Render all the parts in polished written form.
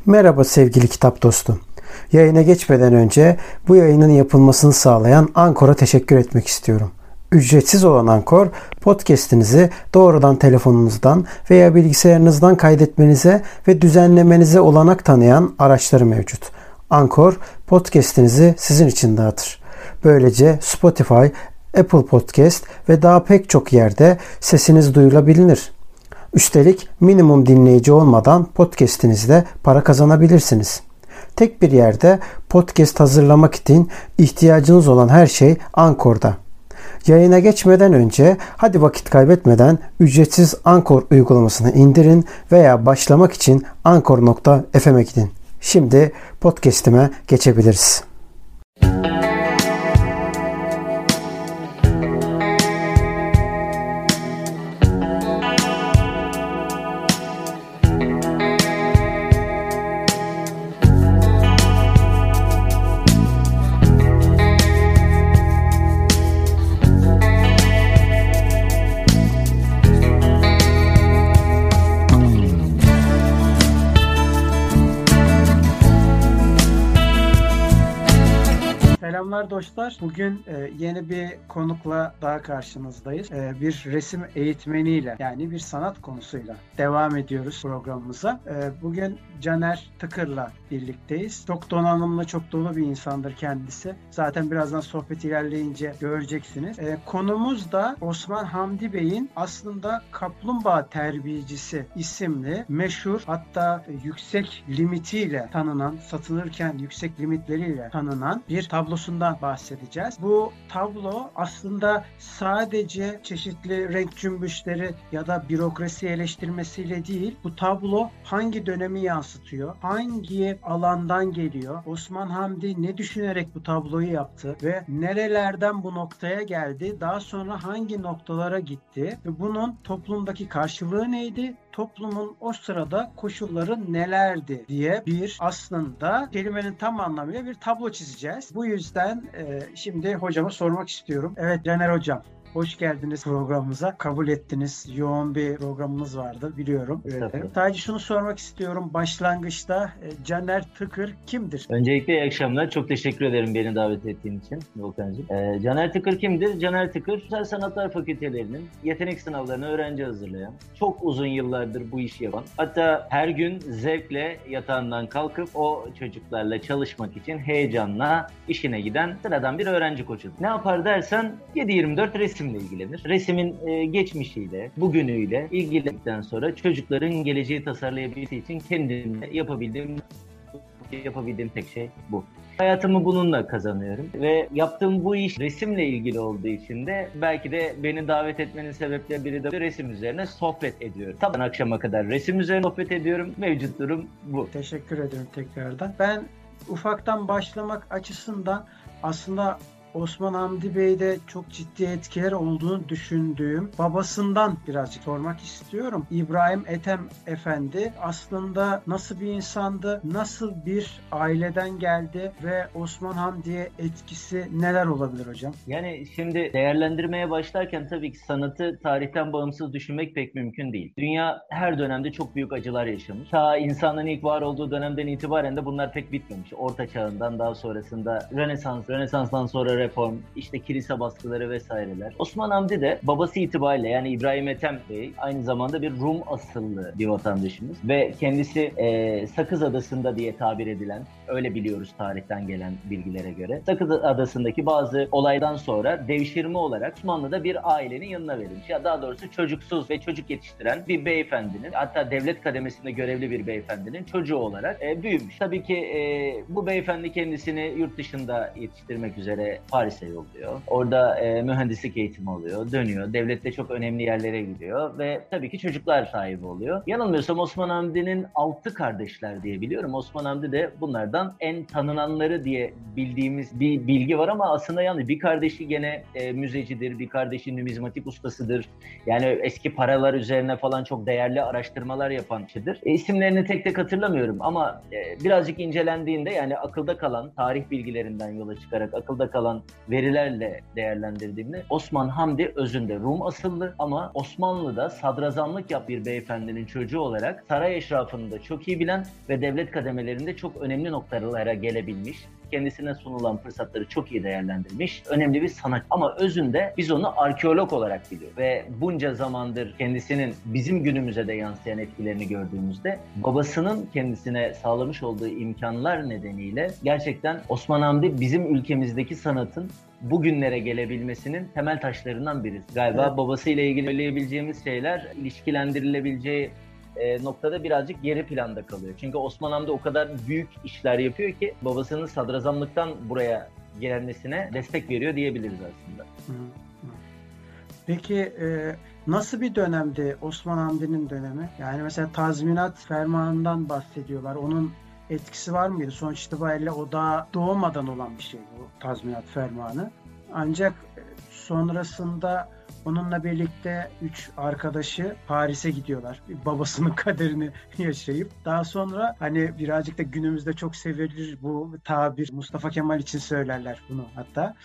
Merhaba sevgili kitap dostum. Yayına geçmeden önce bu yayının yapılmasını sağlayan Ankor'a teşekkür etmek istiyorum. Ücretsiz olan Ankor, podcast'inizi doğrudan telefonunuzdan veya bilgisayarınızdan kaydetmenize ve düzenlemenize olanak tanıyan araçları mevcut. Ankor, podcast'inizi sizin için dağıtır. Böylece Spotify, Apple Podcast ve daha pek çok yerde sesiniz duyulabilir. Üstelik minimum dinleyici olmadan podcast'inizde para kazanabilirsiniz. Tek bir yerde podcast hazırlamak için ihtiyacınız olan her şey Ankor'da. Yayına geçmeden önce hadi vakit kaybetmeden ücretsiz Ankor uygulamasını indirin veya başlamak için ankor.fm'e gidin. Şimdi podcast'ime geçebiliriz. Selamlar dostlar. Bugün yeni bir konukla daha karşınızdayız. Bir resim eğitmeniyle, yani bir sanat konusuyla devam ediyoruz programımıza. Bugün Caner Tıkır'la birlikteyiz. Çok donanımlı, çok dolu bir insandır kendisi. Zaten birazdan sohbet ilerleyince göreceksiniz. Konumuz da Osman Hamdi Bey'in aslında Kaplumbağa Terbiyecisi isimli meşhur, hatta yüksek limitiyle tanınan, satılırken yüksek limitleriyle tanınan bir tablosundan bahsedeceğiz. Bu tablo aslında sadece çeşitli renk cümbüşleri ya da bürokrasi eleştirmesiyle değil, bu tablo hangi dönemi yansıtıyor, hangi alandan geliyor, Osman Hamdi ne düşünerek bu tabloyu yaptı ve nerelerden bu noktaya geldi, daha sonra hangi noktalara gitti ve bunun toplumdaki karşılığı neydi, toplumun o sırada koşulları nelerdi diye bir, aslında kelimenin tam anlamıyla bir tablo çizeceğiz. Bu yüzden şimdi hocama sormak istiyorum. Evet Caner hocam, hoş geldiniz programımıza. Kabul ettiniz. Yoğun bir programınız vardı biliyorum. Sadece şunu sormak istiyorum başlangıçta. Caner Tıkır kimdir? Öncelikle iyi akşamlar. Çok teşekkür ederim beni davet ettiğin için Volkan'cığım. Caner Tıkır kimdir? Caner Tıkır, Güzel Sanatlar Fakültelerinin yetenek sınavlarına öğrenci hazırlayan, çok uzun yıllardır bu işi yapan, hatta her gün zevkle yatağından kalkıp o çocuklarla çalışmak için heyecanla işine giden sıradan bir öğrenci koçudur. Ne yapar dersen 7/24 resimle ilgilenir. Resimin geçmişiyle, bugünüyle ilgilendikten sonra çocukların geleceği tasarlayabilmesi için kendimle yapabildiğim tek şey bu. Hayatımı bununla kazanıyorum ve yaptığım bu iş resimle ilgili olduğu için de belki de beni davet etmenin sebeplerinden biri de resim üzerine sohbet ediyorum. Sabahtan akşama kadar resim üzerine sohbet ediyorum. Mevcut durum bu. Teşekkür ederim tekrardan. Ben ufaktan başlamak açısından aslında Osman Hamdi Bey'de çok ciddi etkiler olduğunu düşündüğüm babasından birazcık sormak istiyorum. İbrahim Ethem Efendi aslında nasıl bir insandı, nasıl bir aileden geldi ve Osman Hamdi'ye etkisi neler olabilir hocam? Yani şimdi değerlendirmeye başlarken tabii ki sanatı tarihten bağımsız düşünmek pek mümkün değil. Dünya her dönemde çok büyük acılar yaşamış. Ta insanlığın ilk var olduğu dönemden itibaren de bunlar pek bitmemiş. Orta çağından daha sonrasında Rönesans'tan sonra reform, işte kilise baskıları vesaireler. Osman Hamdi de babası itibariyle, yani İbrahim Ethem Bey, aynı zamanda bir Rum asıllı bir vatandaşımız ve kendisi Sakız Adası'nda diye tabir edilen, öyle biliyoruz tarihten gelen bilgilere göre, Sakız Adası'ndaki bazı olaydan sonra devşirme olarak Osmanlı'da bir ailenin yanına verilmiş. Ya daha doğrusu çocuksuz ve çocuk yetiştiren bir beyefendinin, hatta devlet kademesinde görevli bir beyefendinin çocuğu olarak büyümüş. Tabii ki bu beyefendi kendisini yurt dışında yetiştirmek üzere Paris'e yolluyor. Orada mühendislik eğitimi alıyor, dönüyor. Devlette çok önemli yerlere gidiyor ve tabii ki çocuklar sahibi oluyor. Yanılmıyorsam Osman Hamdi'nin 6 kardeşler diye biliyorum. Osman Hamdi de bunlardan en tanınanları diye bildiğimiz bir bilgi var ama aslında yanlış. Bir kardeşi gene müzecidir, bir kardeşi numizmatik ustasıdır. Yani eski paralar üzerine falan çok değerli araştırmalar yapan kişidir. İsimlerini tek tek hatırlamıyorum ama birazcık incelendiğinde, yani akılda kalan, tarih bilgilerinden yola çıkarak akılda kalan verilerle değerlendirdiğimde Osman Hamdi özünde Rum asıllı ama Osmanlı'da sadrazamlık yap bir beyefendinin çocuğu olarak saray eşrafını da çok iyi bilen ve devlet kademelerinde çok önemli noktalara gelebilmiş, kendisine sunulan fırsatları çok iyi değerlendirmiş, önemli bir sanatçı. Ama özünde biz onu arkeolog olarak biliyoruz. Ve bunca zamandır kendisinin bizim günümüze de yansıyan etkilerini gördüğümüzde babasının kendisine sağlamış olduğu imkanlar nedeniyle gerçekten Osman Hamdi bizim ülkemizdeki sanatın bugünlere gelebilmesinin temel taşlarından birisi. Galiba evet. Babasıyla ilgili söyleyebileceğimiz şeyler ilişkilendirilebileceği noktada birazcık geri planda kalıyor. Çünkü Osman Hamdi o kadar büyük işler yapıyor ki babasının sadrazamlıktan buraya gelmesine destek veriyor diyebiliriz aslında. Peki nasıl bir dönemdi Osman Hamdi'nin dönemi? Yani mesela tazminat fermanından bahsediyorlar. Onun etkisi var mıydı? Sonuç itibariyle o daha doğmadan olan bir şey bu tazminat fermanı. Ancak sonrasında onunla birlikte 3 arkadaşı Paris'e gidiyorlar. Babasının kaderini yaşayıp. Daha sonra hani birazcık da günümüzde çok sevilir bu tabir. Mustafa Kemal için söylerler bunu hatta.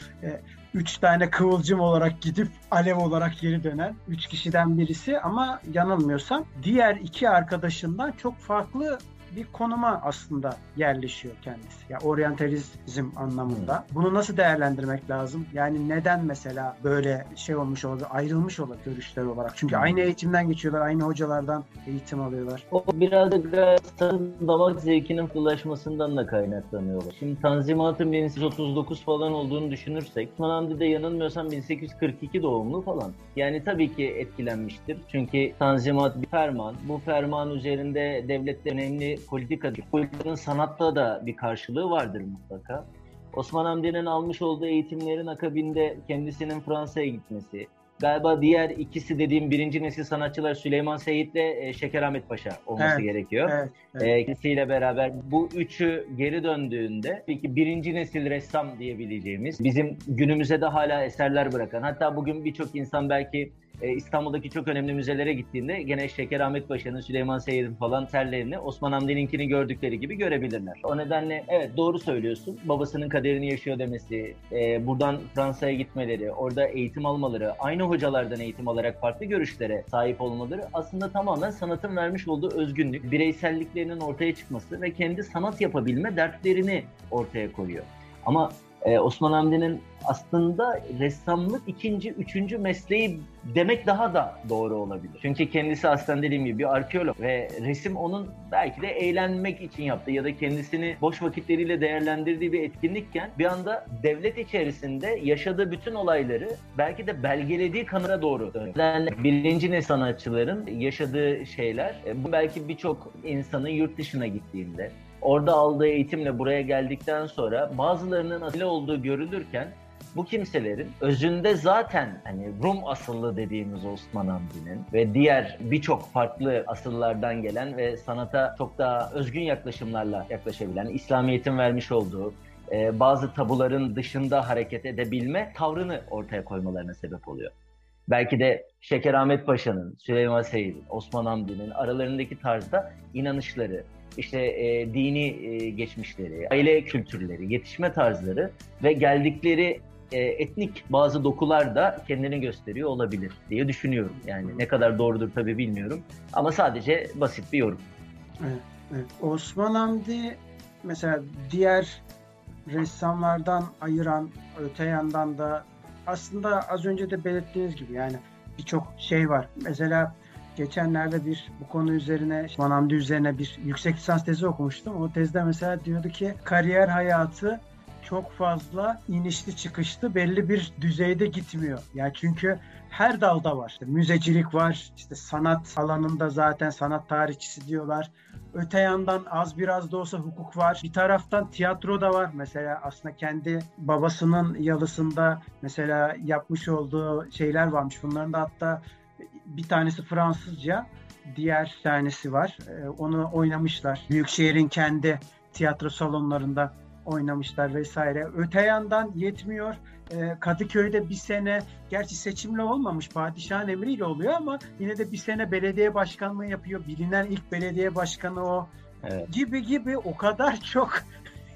3 tane kıvılcım olarak gidip alev olarak geri dönen 3 kişiden birisi ama yanılmıyorsam diğer 2 arkadaşından çok farklı bir konuma aslında yerleşiyor kendisi. Ya oryantalizm anlamında. Bunu nasıl değerlendirmek lazım? Yani neden mesela böyle şey olmuş olabilir, ayrılmış olabilir görüşler olarak? Çünkü aynı eğitimden geçiyorlar, aynı hocalardan eğitim alıyorlar. O biraz da damak zevkinin fırlaşmasından da kaynaklanıyor. Şimdi Tanzimat'ın 1839 falan olduğunu düşünürsek, Osman Hamdi de yanılmıyorsam 1842 doğumlu falan. Yani tabii ki etkilenmiştir. Çünkü Tanzimat bir ferman. Bu ferman üzerinde devlette önemli politikadır. Politikanın sanatta da bir karşılığı vardır mutlaka. Osman Hamdi'nin almış olduğu eğitimlerin akabinde kendisinin Fransa'ya gitmesi, galiba diğer ikisi dediğim birinci nesil sanatçılar Süleyman Seyit'le Şekerahmet Paşa olması gerekiyor. Evet. Kendisiyle beraber bu üçü geri döndüğünde peki birinci nesil ressam diyebileceğimiz bizim günümüze de hala eserler bırakan, hatta bugün birçok insan belki İstanbul'daki çok önemli müzelere gittiğinde gene Şekerahmet Paşa'nın, Süleyman Seyit'in falan eserlerini Osman Hamdi'ninkini gördükleri gibi görebilirler. O nedenle evet doğru söylüyorsun. Babasının kaderini yaşıyor demesi, buradan Fransa'ya gitmeleri, orada eğitim almaları, aynı hocalardan eğitim alarak farklı görüşlere sahip olmaları aslında tamamen sanatın vermiş olduğu özgünlük, bireyselliklerinin ortaya çıkması ve kendi sanat yapabilme dertlerini ortaya koyuyor. Ama Osman Hamdi'nin aslında ressamlık ikinci, üçüncü mesleği demek daha da doğru olabilir. Çünkü kendisi aslında dediğim gibi bir arkeolog ve resim onun belki de eğlenmek için yaptığı ya da kendisini boş vakitleriyle değerlendirdiği bir etkinlikken bir anda devlet içerisinde yaşadığı bütün olayları belki de belgelediği kanıra doğru dönüyor. Yani birinci nesil sanatçıların yaşadığı şeyler belki birçok insanın yurt dışına gittiğinde orada aldığı eğitimle buraya geldikten sonra bazılarının asili olduğu görülürken bu kimselerin özünde zaten hani Rum asıllı dediğimiz Osman Hamdi'nin ve diğer birçok farklı asıllardan gelen ve sanata çok daha özgün yaklaşımlarla yaklaşabilen, İslamiyet'in vermiş olduğu bazı tabuların dışında hareket edebilme tavrını ortaya koymalarına sebep oluyor. Belki de Şekerahmet Paşa'nın, Süleyman Seyit'in, Osman Hamdi'nin aralarındaki tarzda inanışları, İşte dini geçmişleri, aile kültürleri, yetişme tarzları ve geldikleri etnik bazı dokular da kendini gösteriyor olabilir diye düşünüyorum. Yani ne kadar doğrudur tabii bilmiyorum ama sadece basit bir yorum. Evet, evet. Osman Hamdi mesela diğer ressamlardan ayıran, öte yandan da aslında az önce de belirttiğiniz gibi yani birçok şey var. Mesela geçenlerde bu konu üzerine, Osman Hamdi üzerine bir yüksek lisans tezi okumuştum. O tezde mesela diyordu ki kariyer hayatı çok fazla inişli çıkışlı, belli bir düzeyde gitmiyor. Yani çünkü her dalda var. İşte müzecilik var, işte sanat alanında zaten sanat tarihçisi diyorlar. Öte yandan az biraz da olsa hukuk var. Bir taraftan tiyatro da var. Mesela aslında kendi babasının yalısında mesela yapmış olduğu şeyler varmış. Bunların da hatta bir tanesi Fransızca, diğer tanesi var. Onu oynamışlar. Büyükşehir'in kendi tiyatro salonlarında oynamışlar vesaire. Öte yandan yetmiyor. Kadıköy'de bir sene, gerçi seçimle olmamış, padişahın emriyle oluyor ama yine de bir sene belediye başkanlığı yapıyor. Bilinen ilk belediye başkanı o. Evet. Gibi o kadar çok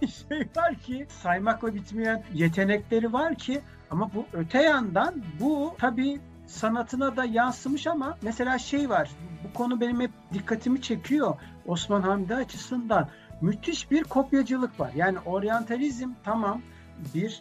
şey var ki, saymakla bitmeyen yetenekleri var ki, ama bu öte yandan bu tabii sanatına da yansımış. Ama mesela şey var, bu konu benim hep dikkatimi çekiyor Osman Hamdi açısından. Müthiş bir kopyacılık var. Yani oryantalizm tamam, bir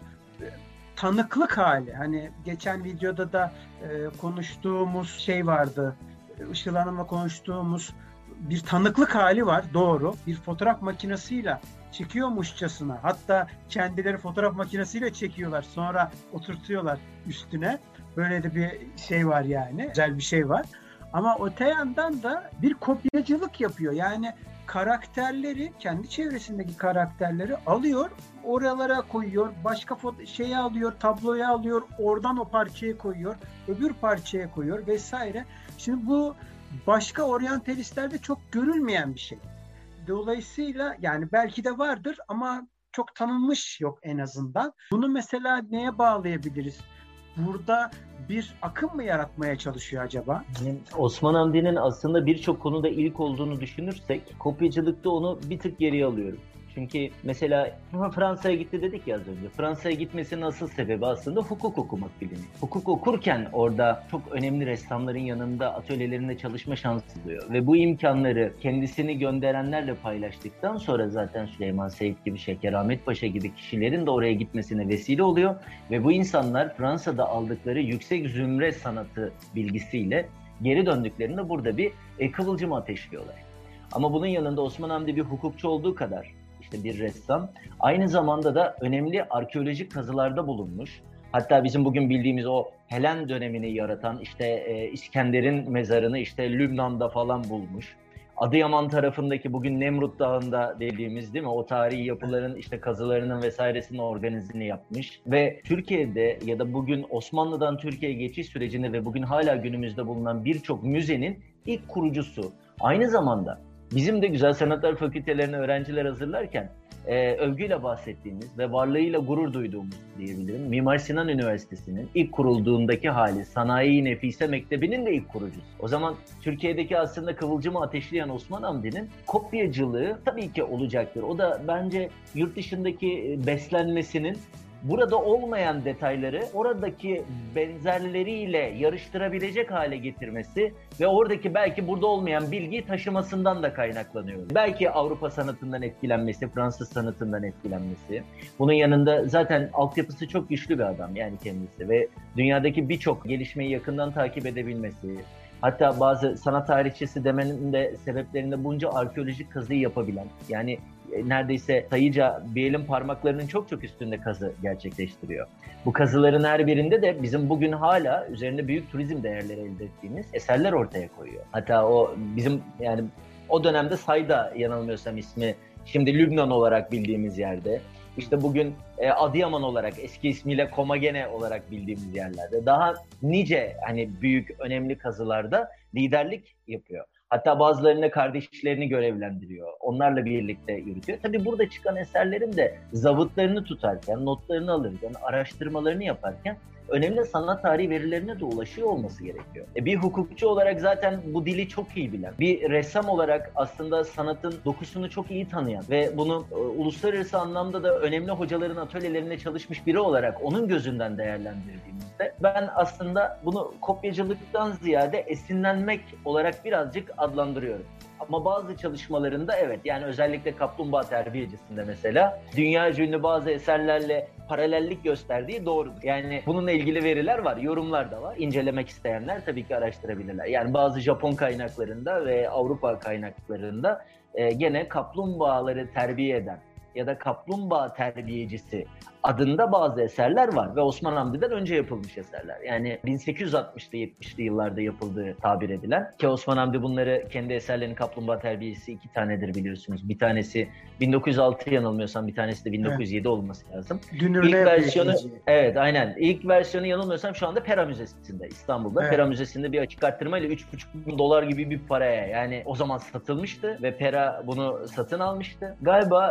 tanıklık hali. Hani geçen videoda da konuştuğumuz şey vardı. Işıl Hanım'la konuştuğumuz bir tanıklık hali var. Doğru. Bir fotoğraf makinesiyle çekiyormuşçasına. Hatta kendileri fotoğraf makinesiyle çekiyorlar. Sonra oturtuyorlar üstüne. Böyle de bir şey var yani. Güzel bir şey var. Ama öte yandan da bir kopyacılık yapıyor. Yani karakterleri, kendi çevresindeki karakterleri alıyor, oralara koyuyor, başka şeyi alıyor, tabloya alıyor, oradan o parçaya koyuyor, öbür parçaya koyuyor vesaire. Şimdi bu başka oryantalistlerde çok görülmeyen bir şey. Dolayısıyla yani belki de vardır ama çok tanınmış yok en azından. Bunu mesela neye bağlayabiliriz? Burada bir akım mı yaratmaya çalışıyor acaba? Osman Hamdi'nin aslında birçok konuda ilk olduğunu düşünürsek, kopyacılıkta onu bir tık geriye alıyorum. Çünkü mesela Fransa'ya gitti dedik ya az önce. Fransa'ya gitmesinin asıl sebebi aslında hukuk okumak bilimi. Hukuk okurken orada çok önemli ressamların yanında atölyelerinde çalışma şansı buluyor. Ve bu imkanları kendisini gönderenlerle paylaştıktan sonra zaten Süleyman Seyit gibi, Şekerahmet Paşa gibi kişilerin de oraya gitmesine vesile oluyor. Ve bu insanlar Fransa'da aldıkları yüksek zümre sanatı bilgisiyle geri döndüklerinde burada bir kıvılcım ateşliyorlar. Ama bunun yanında Osman Hamdi bir hukukçu olduğu kadar bir ressam, aynı zamanda da önemli arkeolojik kazılarda bulunmuş. Hatta bizim bugün bildiğimiz o Helen dönemini yaratan İskender'in mezarını Lübnan'da falan bulmuş. Adıyaman tarafındaki bugün Nemrut Dağı'nda dediğimiz değil mi? O tarihi yapıların kazılarının vesairesinin organizini yapmış. Ve Türkiye'de ya da bugün Osmanlı'dan Türkiye'ye geçiş sürecinde ve bugün hala günümüzde bulunan birçok müzenin ilk kurucusu. Aynı zamanda bizim de Güzel Sanatlar Fakültelerine öğrenciler hazırlarken övgüyle bahsettiğimiz ve varlığıyla gurur duyduğumuz diyebilirim. Mimar Sinan Üniversitesi'nin ilk kurulduğundaki hali, Sanayi Nefise Mektebi'nin de ilk kurucusu. O zaman Türkiye'deki aslında kıvılcımı ateşleyen Osman Hamdi'nin kopyacılığı tabii ki olacaktır. O da bence yurt dışındaki beslenmesinin burada olmayan detayları oradaki benzerleriyle yarıştırabilecek hale getirmesi ve oradaki belki burada olmayan bilgiyi taşımasından da kaynaklanıyor. Belki Avrupa sanatından etkilenmesi, Fransız sanatından etkilenmesi. Bunun yanında zaten altyapısı çok güçlü bir adam yani kendisi ve dünyadaki birçok gelişmeyi yakından takip edebilmesi. Hatta bazı sanat tarihçisi demenin de sebeplerinde bunca arkeolojik kazıyı yapabilen, yani neredeyse sayıca bir elin parmaklarının çok üstünde kazı gerçekleştiriyor. Bu kazıların her birinde de bizim bugün hala üzerinde büyük turizm değerleri elde ettiğimiz eserler ortaya koyuyor. Hatta o bizim yani o dönemde Sayda yanılmıyorsam ismi, şimdi Lübnan olarak bildiğimiz yerde. Bugün Adıyaman olarak eski ismiyle Komagene olarak bildiğimiz yerlerde daha nice büyük önemli kazılarda liderlik yapıyor. Hatta bazılarına kardeşlerini görevlendiriyor. Onlarla birlikte yürütüyor. Tabii burada çıkan eserlerin de zabıtlarını tutarken, notlarını alırken, araştırmalarını yaparken önemli sanat tarihi verilerine de ulaşıyor olması gerekiyor. Bir hukukçu olarak zaten bu dili çok iyi bilen, bir ressam olarak aslında sanatın dokusunu çok iyi tanıyan ve bunu uluslararası anlamda da önemli hocaların atölyelerinde çalışmış biri olarak onun gözünden değerlendirdiğimizde ben aslında bunu kopyacılıktan ziyade esinlenmek olarak birazcık adlandırıyorum. Ama bazı çalışmalarında evet, yani özellikle Kaplumbağa Terbiyecisinde mesela dünyaca ünlü bazı eserlerle paralellik gösterdiği doğrudur. Yani bununla ilgili veriler var, yorumlar da var. İncelemek isteyenler tabii ki araştırabilirler. Yani bazı Japon kaynaklarında ve Avrupa kaynaklarında gene kaplumbağaları terbiye eden ya da kaplumbağa terbiyecisi adında bazı eserler var ve Osman Hamdi'den önce yapılmış eserler. Yani 1860'lı 70'li yıllarda yapıldığı tabir edilen ki Osman Hamdi bunları kendi eserlerinin kaplumbağa terbiyesi 2 tanedir biliyorsunuz. Bir tanesi 1906 yanılmıyorsam, bir tanesi de 1907 olması lazım. İlk versiyonu evet aynen. İlk versiyonu yanılmıyorsam şu anda Pera Müzesi'nde, İstanbul'da. Evet. Pera Müzesi'nde bir açık arttırmayla $3,500 gibi bir paraya yani o zaman satılmıştı ve Pera bunu satın almıştı. Galiba bir tanesi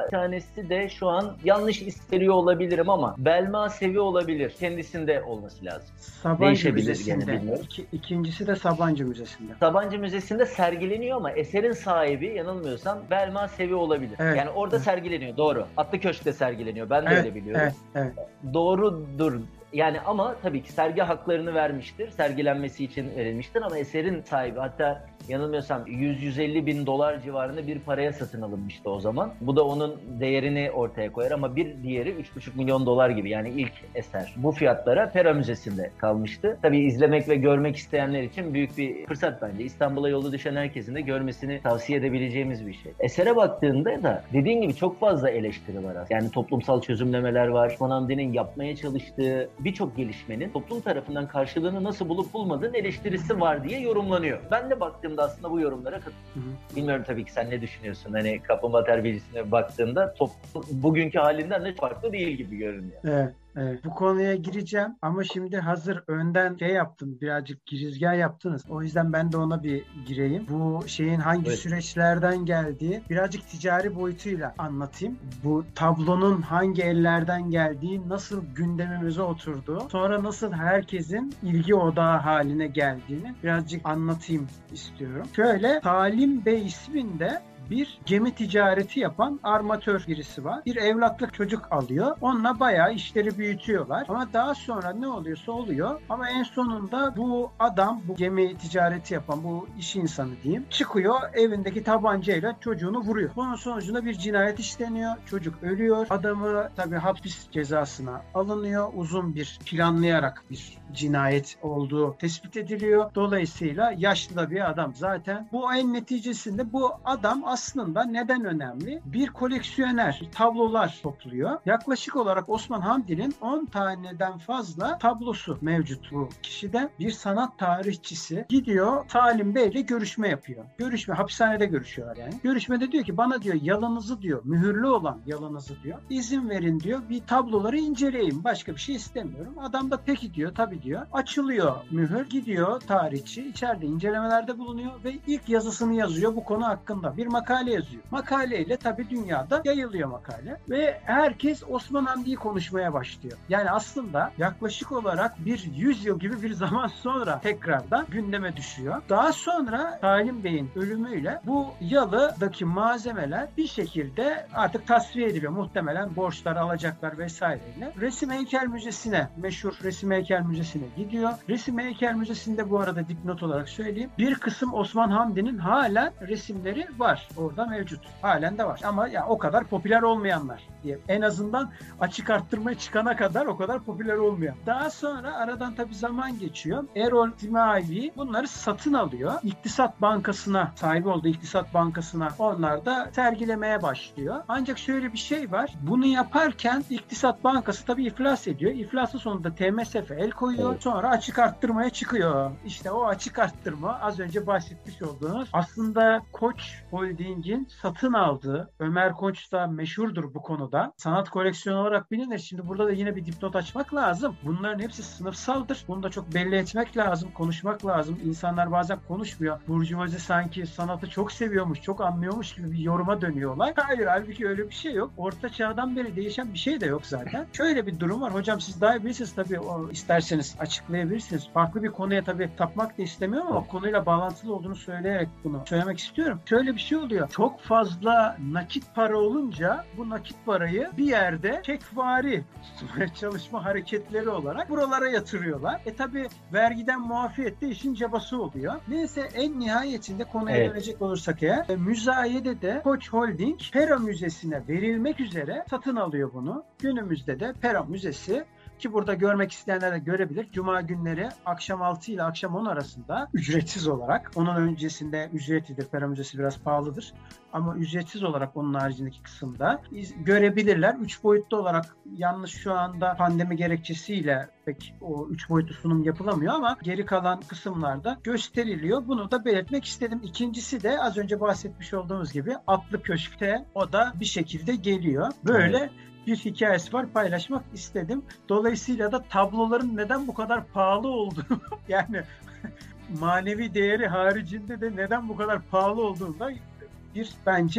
kendisi de şu an yanlış hissediyor olabilirim ama Belma seviyor olabilir. Kendisinde olması lazım. Sabancı Değişebilir Müzesi'nde. gene, bilmiyorum. İkincisi de Sabancı Müzesi'nde. Sabancı Müzesi'nde sergileniyor ama eserin sahibi yanılmıyorsam Belma seviyor olabilir. Evet, Yani orada sergileniyor, doğru. Atlı Köşk'te sergileniyor. Ben de öyle biliyorum. Evet. Doğrudur. Yani ama tabii ki sergi haklarını vermiştir. Sergilenmesi için verilmiştir ama eserin sahibi, hatta yanılmıyorsam 100-150 bin dolar civarında bir paraya satın alınmıştı o zaman. Bu da onun değerini ortaya koyar ama bir diğeri 3,5 milyon dolar gibi, yani ilk eser. Bu fiyatlara Pera Müzesi'nde kalmıştı. Tabii izlemek ve görmek isteyenler için büyük bir fırsat bence. İstanbul'a yolu düşen herkesin de görmesini tavsiye edebileceğimiz bir şey. Esere baktığında da dediğin gibi çok fazla eleştiri var aslında. Yani toplumsal çözümlemeler var. Osman Hamdi'nin yapmaya çalıştığı birçok gelişmenin toplum tarafından karşılığını nasıl bulup bulmadığın eleştirisi var diye yorumlanıyor. Ben de baktığımda aslında bu yorumlara katılıyorum. Bilmiyorum tabii ki sen ne düşünüyorsun? Hani kaplumbağa terbiyesine baktığında toplum bugünkü halinden de farklı değil gibi görünüyor. Evet. Bu konuya gireceğim ama şimdi hazır önden yaptım, birazcık girizgah yaptınız. O yüzden ben de ona bir gireyim. Bu şeyin hangi süreçlerden geldiği, birazcık ticari boyutuyla anlatayım. Bu tablonun hangi ellerden geldiği, nasıl gündemimize oturduğu, sonra nasıl herkesin ilgi odağı haline geldiğini birazcık anlatayım istiyorum. Şöyle, Salim Bey isminde bir gemi ticareti yapan armatör birisi var. Bir evlatlık çocuk alıyor. Onunla bayağı işleri büyütüyorlar. Ama daha sonra ne oluyorsa oluyor. Ama en sonunda bu adam, bu gemi ticareti yapan bu iş insanı diyeyim, çıkıyor evindeki tabancayla çocuğunu vuruyor. Bunun sonucunda bir cinayet işleniyor. Çocuk ölüyor. Adamı tabii hapis cezasına alınıyor. Uzun bir planlayarak bir cinayet olduğu tespit ediliyor. Dolayısıyla yaşlı da bir adam zaten. Bu en neticesinde bu adam aslında neden önemli? Bir koleksiyoner, tablolar topluyor. Yaklaşık olarak Osman Hamdi'nin 10 taneden fazla tablosu mevcut bu kişide. Bir sanat tarihçisi gidiyor Salim Bey'le görüşme yapıyor. Hapishanede görüşüyorlar yani. Görüşmede diyor ki bana diyor yalınızı diyor, mühürlü olan yalınızı diyor, izin verin diyor, bir tabloları inceleyeyim. Başka bir şey istemiyorum. Adam da peki diyor, tabii diyor. Açılıyor mühür, gidiyor tarihçi, içeride incelemelerde bulunuyor ve ilk yazısını yazıyor bu konu hakkında. Bir makale yazıyor. Makaleyle tabii dünyada yayılıyor makale ve herkes Osman Hamdi'yi konuşmaya başlıyor. Yani aslında yaklaşık olarak bir 100 yıl gibi bir zaman sonra tekrardan gündeme düşüyor. Daha sonra Salim Bey'in ölümüyle bu yalıdaki malzemeler bir şekilde artık tasfiye ediliyor. Muhtemelen borçlar, alacaklar vesaireyle. Resim Heykel Müzesi'ne, meşhur Resim Heykel Müzesi'ne gidiyor. Resim Heykel Müzesi'nde bu arada dipnot olarak söyleyeyim, bir kısım Osman Hamdi'nin halen resimleri var. Orada mevcut. Halen de var. Ama ya o kadar popüler olmayanlar diye. En azından açık arttırmaya çıkana kadar o kadar popüler olmayan. Daha sonra aradan tabii zaman geçiyor. Erol Simavi bunları satın alıyor. İktisat Bankası'na, sahibi olduğu İktisat Bankası'na onlar da sergilemeye başlıyor. Ancak şöyle bir şey var. Bunu yaparken İktisat Bankası tabii iflas ediyor. İflasın sonunda TMSF el koyuyor. Sonra açık arttırmaya çıkıyor. İşte o açık arttırma az önce bahsetmiş olduğunuz aslında Koç Holding'in satın aldığı, Ömer Koç da meşhurdur bu konuda, sanat koleksiyonu olarak bilinir. Şimdi burada da yine bir dipnot açmak lazım. Bunların hepsi sınıfsaldır. Bunu da çok belli etmek lazım, konuşmak lazım. İnsanlar bazen konuşmuyor. Burjuvazi sanki sanatı çok seviyormuş, çok anlıyormuş gibi bir yoruma dönüyorlar. Hayır, halbuki öyle bir şey yok. Orta çağdan beri değişen bir şey de yok zaten. Şöyle bir durum var. Hocam siz daha iyi bilirsiniz tabii, isterseniz açıklayabilirsiniz. Farklı bir konuya tabii tapmak da istemiyorum ama konuyla bağlantılı olduğunu söyleyerek bunu söylemek istiyorum. Şöyle bir şey oluyor. Çok fazla nakit para olunca bu nakit parayı bir yerde çekvari çalışma hareketleri olarak buralara yatırıyorlar. Tabii vergiden muafiyet de işin cabası oluyor. Neyse, en nihayetinde konuya dönecek olursak eğer, müzayedede Koç Holding Pera Müzesi'ne verilmek üzere satın alıyor bunu. Günümüzde de Pera Müzesi, ki burada görmek isteyenler de görebilir, Cuma günleri akşam 6 ile akşam 10 arasında ücretsiz olarak, onun öncesinde ücretlidir, Pera Müzesi biraz pahalıdır ama ücretsiz olarak onun haricindeki kısımda görebilirler. 3 boyutlu olarak, yanlış şu anda pandemi gerekçesiyle pek o 3 boyutlu sunum yapılamıyor ama geri kalan kısımlarda gösteriliyor. Bunu da belirtmek istedim. İkincisi de az önce bahsetmiş olduğumuz gibi Atlı Köşk'te o da bir şekilde geliyor. Böyle bir hikayesi var, paylaşmak istedim. Dolayısıyla da tabloların neden bu kadar pahalı olduğunu yani manevi değeri haricinde de neden bu kadar pahalı olduğunu da bir bence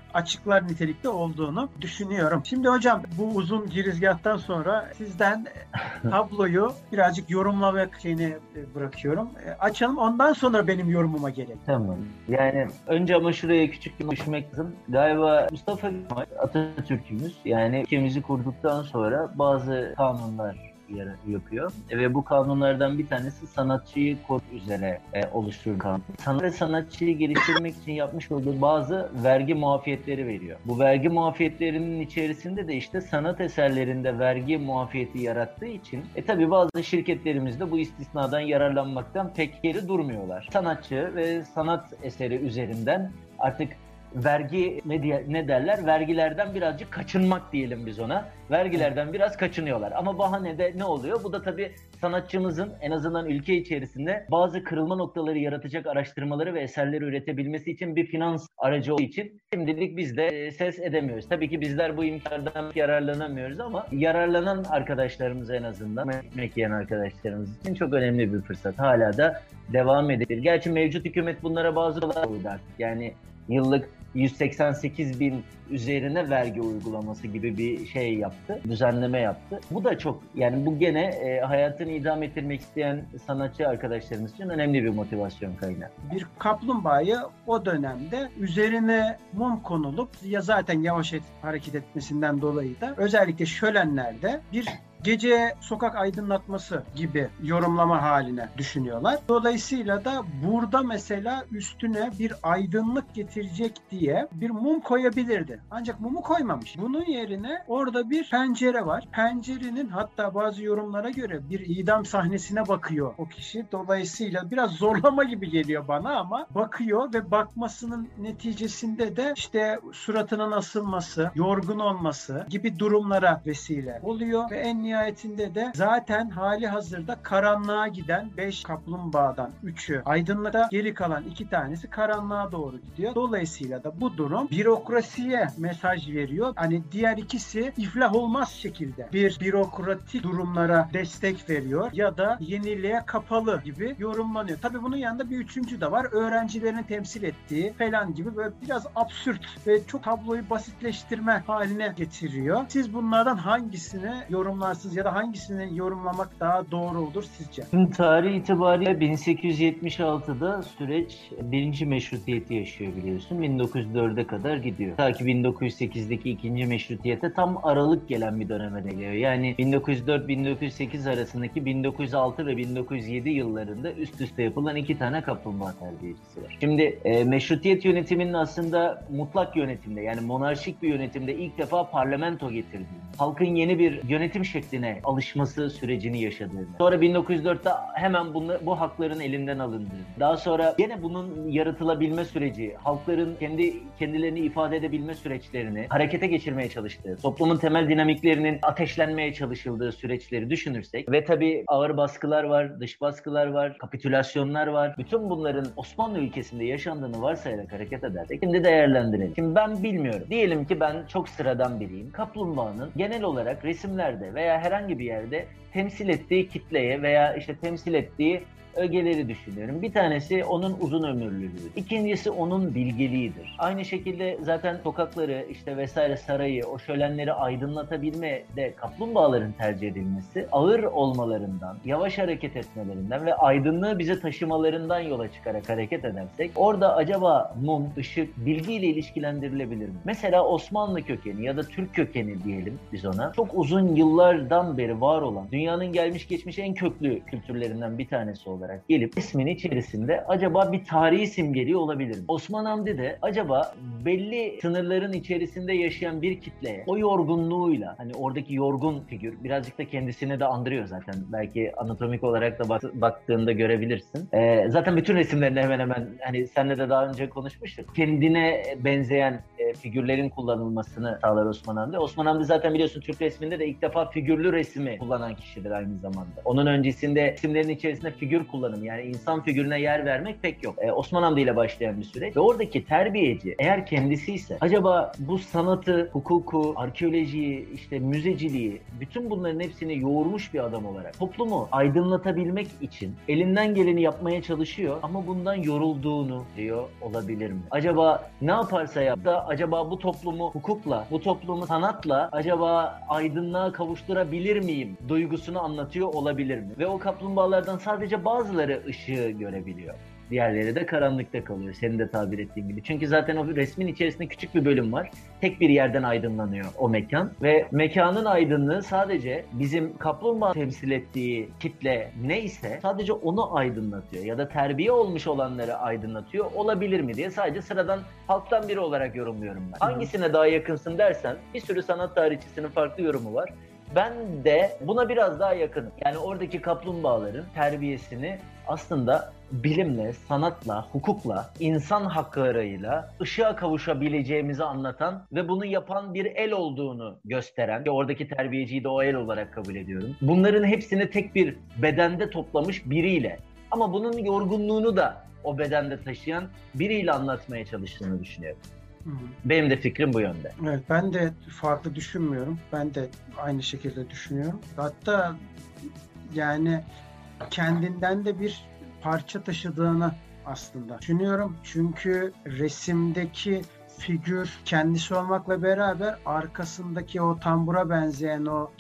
açıklar nitelikte olduğunu düşünüyorum. Şimdi hocam, bu uzun girizgahtan sonra sizden tabloyu birazcık yorumlamak şeyini bırakıyorum. Açalım, ondan sonra benim yorumuma gelelim. Tamam. Yani önce ama şuraya küçük bir düşmek lazım. Galiba Mustafa Kemal Atatürk'ümüz, yani ülkemizi kurduktan sonra bazı kanunlar yapıyor. Ve bu kanunlardan bir tanesi sanatçıyı korumak üzere oluşturulan kanun. Sanat ve sanatçıyı geliştirmek için yapmış olduğu bazı vergi muafiyetleri veriyor. Bu vergi muafiyetlerinin içerisinde de işte sanat eserlerinde vergi muafiyeti yarattığı için tabii bazı şirketlerimiz de bu istisnadan yararlanmaktan pek geri durmuyorlar. Sanatçı ve sanat eseri üzerinden artık vergi ne derler? Vergilerden birazcık kaçınmak diyelim biz ona. Vergilerden biraz kaçınıyorlar. Ama bahanede ne oluyor? Bu da tabii sanatçımızın en azından ülke içerisinde bazı kırılma noktaları yaratacak araştırmaları ve eserleri üretebilmesi için bir finans aracı olduğu için şimdilik biz de ses edemiyoruz. Tabii ki bizler bu imkanlardan yararlanamıyoruz ama yararlanan arkadaşlarımız, en azından ekmek yiyen arkadaşlarımız için çok önemli bir fırsat. Hala da devam edilir. Gerçi mevcut hükümet bunlara bazı koydu artık. Yani yıllık 188 bin üzerine vergi uygulaması gibi bir şey yaptı, düzenleme yaptı. Bu da çok, yani bu gene hayatını idame ettirmek isteyen sanatçı arkadaşlarımız için önemli bir motivasyon kaynağı. Bir kaplumbağayı o dönemde üzerine mum konulup, ya zaten yavaş hareket etmesinden dolayı da özellikle şölenlerde bir gece sokak aydınlatması gibi yorumlama haline düşünüyorlar. Dolayısıyla da burada mesela üstüne bir aydınlık getirecek diye bir mum koyabilirdi. Ancak mumu koymamış. Bunun yerine orada bir pencere var. Pencerenin, hatta bazı yorumlara göre bir idam sahnesine bakıyor o kişi. Dolayısıyla biraz zorlama gibi geliyor bana, ama bakıyor ve bakmasının neticesinde de işte suratının asılması, yorgun olması gibi durumlara vesile oluyor ve en nihayetinde de zaten hali hazırda karanlığa giden 5 kaplumbağadan 3'ü aydınlığa, geri kalan 2 tanesi karanlığa doğru gidiyor. Dolayısıyla da bu durum bürokrasiye mesaj veriyor. Hani diğer ikisi iflah olmaz şekilde bir bürokratik durumlara destek veriyor ya da yeniliğe kapalı gibi yorumlanıyor. Tabii bunun yanında bir üçüncü de var. Öğrencilerin temsil ettiği falan gibi, böyle biraz absürt ve çok tabloyu basitleştirme haline getiriyor. Siz bunlardan hangisini yorumlarsınız ya da hangisini yorumlamak daha doğru olur sizce? Tarih itibariyle 1876'da süreç birinci meşrutiyeti yaşıyor, biliyorsun. 1904'e kadar gidiyor. Ta ki 1908'deki ikinci meşrutiyete tam aralık gelen bir döneme geliyor. Yani 1904-1908 arasındaki 1906 ve 1907 yıllarında üst üste yapılan 2 tane kaplumbağa terbiyecisi var. Şimdi meşrutiyet yönetiminin aslında mutlak yönetimde, yani monarşik bir yönetimde ilk defa parlamento getirdiğini, halkın yeni bir yönetim şekline alışması sürecini yaşadığını, sonra 1904'te hemen bu hakların elinden alındığını, daha sonra yine bunun yaratılabilme süreci, halkların kendilerini ifade edebilme süreçlerini harekete geçirmeye çalıştığı, toplumun temel dinamiklerinin ateşlenmeye çalışıldığı süreçleri düşünürsek ve tabii ağır baskılar var, dış baskılar var, kapitülasyonlar var. Bütün bunların Osmanlı ülkesinde yaşandığını varsayarak hareket edersek şimdi değerlendirelim. Şimdi ben bilmiyorum. Diyelim ki ben çok sıradan biriyim. Kaplumbağanın genel olarak resimlerde veya herhangi bir yerde temsil ettiği kitleye veya işte temsil ettiği ögeleri düşünüyorum. Bir tanesi onun uzun ömürlülüğü. İkincisi onun bilgeliğidir. Aynı şekilde zaten sokakları işte vesaire, sarayı, o şölenleri aydınlatabilme de kaplumbağaların tercih edilmesi, ağır olmalarından, yavaş hareket etmelerinden ve aydınlığı bize taşımalarından yola çıkarak hareket edersek, orada acaba mum, ışık, bilgiyle ilişkilendirilebilir mi? Mesela Osmanlı kökeni ya da Türk kökeni diyelim biz ona, çok uzun yıllardan beri var olan, dünyanın gelmiş geçmiş en köklü kültürlerinden bir tanesi olarak gelip ismin içerisinde acaba bir tarihi simgeliği olabilir mi? Osman Hamdi de acaba belli sınırların içerisinde yaşayan bir kitleye o yorgunluğuyla, hani oradaki yorgun figür birazcık da kendisini de andırıyor zaten. Belki anatomik olarak da baktığında görebilirsin. Zaten bütün resimlerinde hemen hemen, hani seninle de daha önce konuşmuştuk, kendine benzeyen figürlerin kullanılmasını sağlar Osman Hamdi. Osman Hamdi zaten biliyorsun Türk resminde de ilk defa figürlü resmi kullanan kişidir aynı zamanda. Onun öncesinde resimlerin içerisinde figür kullanımı. Yani insan figürüne yer vermek pek yok. Osman Hamdi ile başlayan bir süreç. Ve oradaki terbiyeci eğer kendisi ise acaba bu sanatı, hukuku, arkeolojiyi, işte müzeciliği, bütün bunların hepsini yoğurmuş bir adam olarak toplumu aydınlatabilmek için elinden geleni yapmaya çalışıyor ama bundan yorulduğunu diyor olabilir mi? Acaba ne yaparsa yap da acaba bu toplumu hukukla, bu toplumu sanatla acaba aydınlığa kavuşturabilir miyim duygusunu anlatıyor olabilir mi? Ve o kaplumbağalardan sadece bazıları ışığı görebiliyor. Diğerleri de karanlıkta kalıyor. Senin de tabir ettiğin gibi. Çünkü zaten o resmin içerisinde küçük bir bölüm var. Tek bir yerden aydınlanıyor o mekan. Ve mekanın aydınlığı sadece bizim kaplumbağa temsil ettiği kitle neyse sadece onu aydınlatıyor. Ya da terbiye olmuş olanları aydınlatıyor olabilir mi diye sadece sıradan halktan biri olarak yorumluyorum ben. Hangisine daha yakınsın dersen bir sürü sanat tarihçisinin farklı yorumu var. Ben de buna biraz daha yakınım. Yani oradaki kaplumbağaların terbiyesini aslında bilimle, sanatla, hukukla, insan haklarıyla ışığa kavuşabileceğimizi anlatan ve bunu yapan bir el olduğunu gösteren, ve oradaki terbiyeciyi de o el olarak kabul ediyorum. Bunların hepsini tek bir bedende toplamış biriyle ama bunun yorgunluğunu da o bedende taşıyan biriyle anlatmaya çalıştığını düşünüyorum. Benim de fikrim bu yönde. Evet, ben de farklı düşünmüyorum. Ben de aynı şekilde düşünüyorum. Hatta yani kendinden de bir parça taşıdığını aslında düşünüyorum. Çünkü resimdeki figür kendisi olmakla beraber arkasındaki o tambura benzeyen o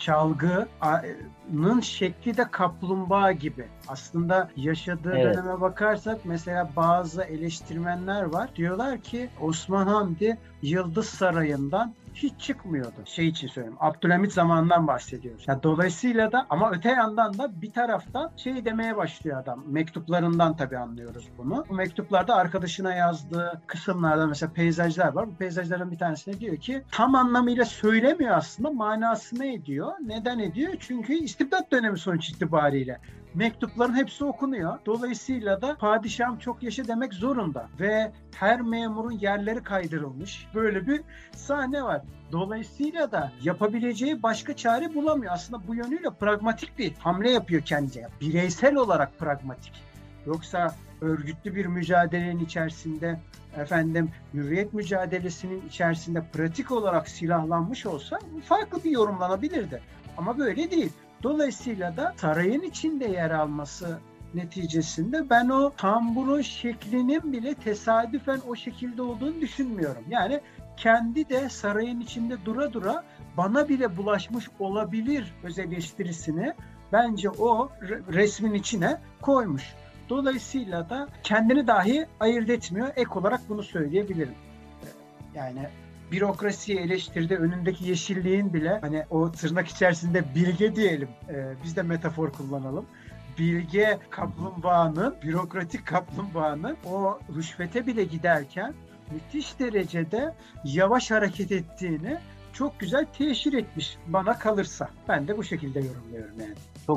çalgının şekli de kaplumbağa gibi. Aslında yaşadığı döneme bakarsak mesela bazı eleştirmenler var. Diyorlar ki Osman Hamdi Yıldız Sarayı'ndan hiç çıkmıyordu. Şey için söyleyeyim. Abdülhamit zamanından bahsediyoruz. Yani dolayısıyla da ama öte yandan da bir taraftan şey demeye başlıyor adam. Mektuplarından tabii anlıyoruz bunu. Bu mektuplarda arkadaşına yazdığı kısımlarda mesela peyzajlar var. Bu peyzajların bir tanesinde diyor ki tam anlamıyla söylemiyor aslında. Manasını ediyor. Neden ediyor? Çünkü istibdat dönemi sonuç itibariyle. Mektupların hepsi okunuyor. Dolayısıyla da padişahım çok yaşa demek zorunda. Ve her memurun yerleri kaydırılmış. Böyle bir sahne var. Dolayısıyla da yapabileceği başka çare bulamıyor. Aslında bu yönüyle pragmatik bir hamle yapıyor kendine. Bireysel olarak pragmatik. Yoksa örgütlü bir mücadelenin içerisinde, hürriyet mücadelesinin içerisinde pratik olarak silahlanmış olsa farklı bir yorumlanabilirdi. Ama böyle değil. Dolayısıyla da sarayın içinde yer alması neticesinde ben o tamburun şeklinin bile tesadüfen o şekilde olduğunu düşünmüyorum. Yani kendi de sarayın içinde dura dura bana bile bulaşmış olabilir öz eleştirisini bence o resmin içine koymuş. Dolayısıyla da kendini dahi ayırt etmiyor. Ek olarak bunu söyleyebilirim. Yani bürokrasiyi eleştirdi, önündeki yeşilliğin bile hani o tırnak içerisinde bilge diyelim, biz de metafor kullanalım. Bilge kaplumbağanın, bürokratik kaplumbağanın o rüşvete bile giderken müthiş derecede yavaş hareket ettiğini çok güzel teşhir etmiş bana kalırsa. Ben de bu şekilde yorumluyorum yani.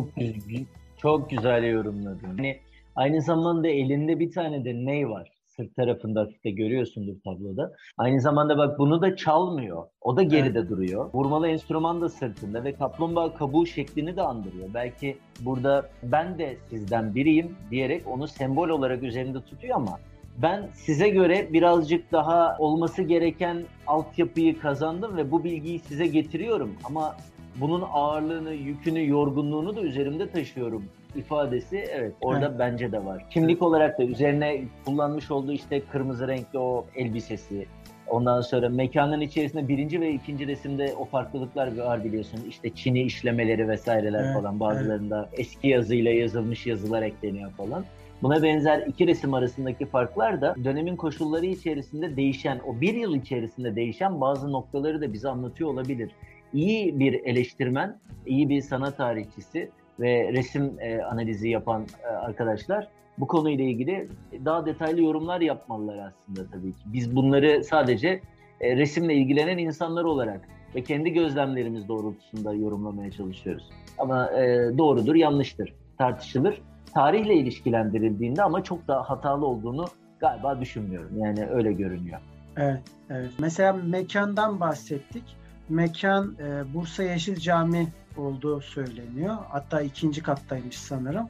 Çok güzel yorumladın. Yani aynı zamanda elinde bir tane de ney var. Sırt tarafında hafifte görüyorsundur tabloda. Aynı zamanda bak bunu da çalmıyor. O da geride duruyor. Vurmalı enstrüman da sırtında ve kaplumbağa kabuğu şeklini de andırıyor. Belki burada ben de sizden biriyim diyerek onu sembol olarak üzerinde tutuyor ama ben size göre birazcık daha olması gereken altyapıyı kazandım ve bu bilgiyi size getiriyorum. Ama bunun ağırlığını, yükünü, yorgunluğunu da üzerimde taşıyorum ifadesi orada bence de var. Kimlik olarak da üzerine kullanmış olduğu işte kırmızı renkli o elbisesi. Ondan sonra mekanın içerisinde birinci ve ikinci resimde o farklılıklar var biliyorsun. İşte Çin'i işlemeleri vesaireler falan. Bazılarında eski yazıyla yazılmış yazılar ekleniyor falan. Buna benzer iki resim arasındaki farklar da dönemin koşulları içerisinde değişen, o bir yıl içerisinde değişen bazı noktaları da bize anlatıyor olabilir. İyi bir eleştirmen, iyi bir sanat tarihçisi ve resim analizi yapan arkadaşlar bu konuyla ilgili daha detaylı yorumlar yapmalılar aslında tabii ki. Biz bunları sadece resimle ilgilenen insanlar olarak ve kendi gözlemlerimiz doğrultusunda yorumlamaya çalışıyoruz. Ama doğrudur, yanlıştır, tartışılır. Tarihle ilişkilendirildiğinde ama çok daha hatalı olduğunu galiba düşünmüyorum. Yani öyle görünüyor. Evet. Mesela mekandan bahsettik. mekan Bursa Yeşil Cami olduğu söyleniyor. Hatta 2. kattaymış sanırım.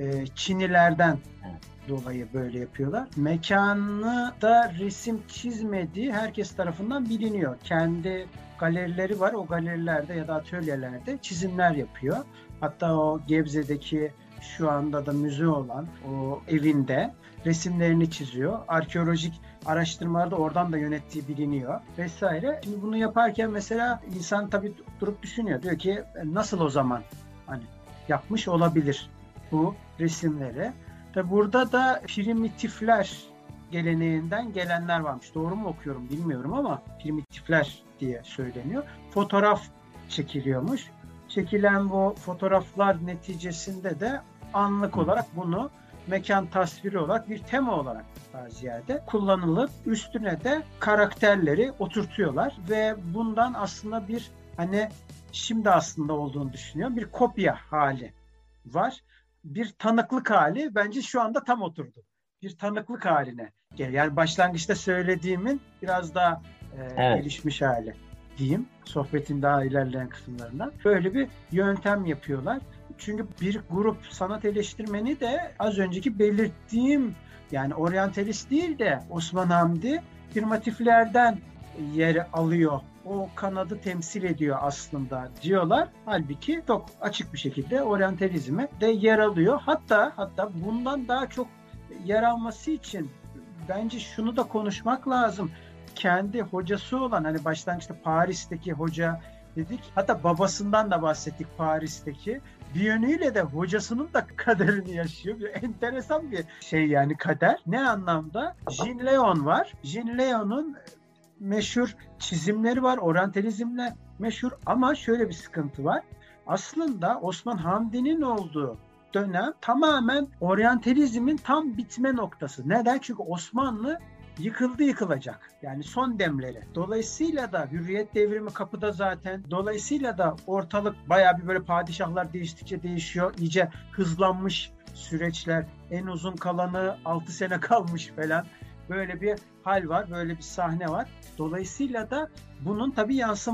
Çinilerden dolayı böyle yapıyorlar. Mekanı da resim çizmediği herkes tarafından biliniyor. Kendi galerileri var. O galerilerde ya da atölyelerde çizimler yapıyor. Hatta o Gebze'deki şu anda da müze olan o evinde resimlerini çiziyor. Arkeolojik araştırmalarda oradan da yönettiği biliniyor vesaire. Şimdi bunu yaparken mesela insan tabii durup düşünüyor. Diyor ki nasıl o zaman hani yapmış olabilir bu resimleri? Ve burada da primitifler geleneğinden gelenler varmış. Doğru mu okuyorum bilmiyorum ama primitifler diye söyleniyor. Fotoğraf çekiliyormuş. Çekilen bu fotoğraflar neticesinde de anlık olarak bunu mekan tasviri olarak bir tema olarak daha ziyade kullanılıp üstüne de karakterleri oturtuyorlar ve bundan aslında bir hani şimdi aslında olduğunu düşünüyorum. Bir kopya hali var. Bir tanıklık hali bence şu anda tam oturdu. Bir tanıklık haline geliyor. Yani başlangıçta söylediğimin biraz daha gelişmiş hali diyeyim. Sohbetin daha ilerleyen kısımlarından. Böyle bir yöntem yapıyorlar. Çünkü bir grup sanat eleştirmeni de az önceki belirttiğim yani oryantalist değil de Osman Hamdi primitiflerden yer alıyor. O kanadı temsil ediyor aslında diyorlar. Halbuki çok açık bir şekilde oryantalizme de yer alıyor. Hatta bundan daha çok yer alması için bence şunu da konuşmak lazım. Kendi hocası olan hani başlangıçta Paris'teki hoca dedik. Hatta babasından da bahsettik Paris'teki. Bir yönüyle de hocasının da kaderini yaşıyor. Bir enteresan bir şey yani kader. Ne anlamda? Jean Leon var. Jean Leon'un meşhur çizimleri var. Oryantalizmle meşhur ama şöyle bir sıkıntı var. Aslında Osman Hamdi'nin olduğu dönem tamamen oryantalizmin tam bitme noktası. Neden? Çünkü Osmanlı yıkılacak. Yani son demleri. Dolayısıyla da Hürriyet Devrimi kapıda zaten. Dolayısıyla da ortalık bayağı bir böyle padişahlar değiştikçe değişiyor. İyice hızlanmış süreçler. En uzun kalanı 6 sene kalmış falan. Böyle bir hal var. Böyle bir sahne var. Dolayısıyla da bunun tabii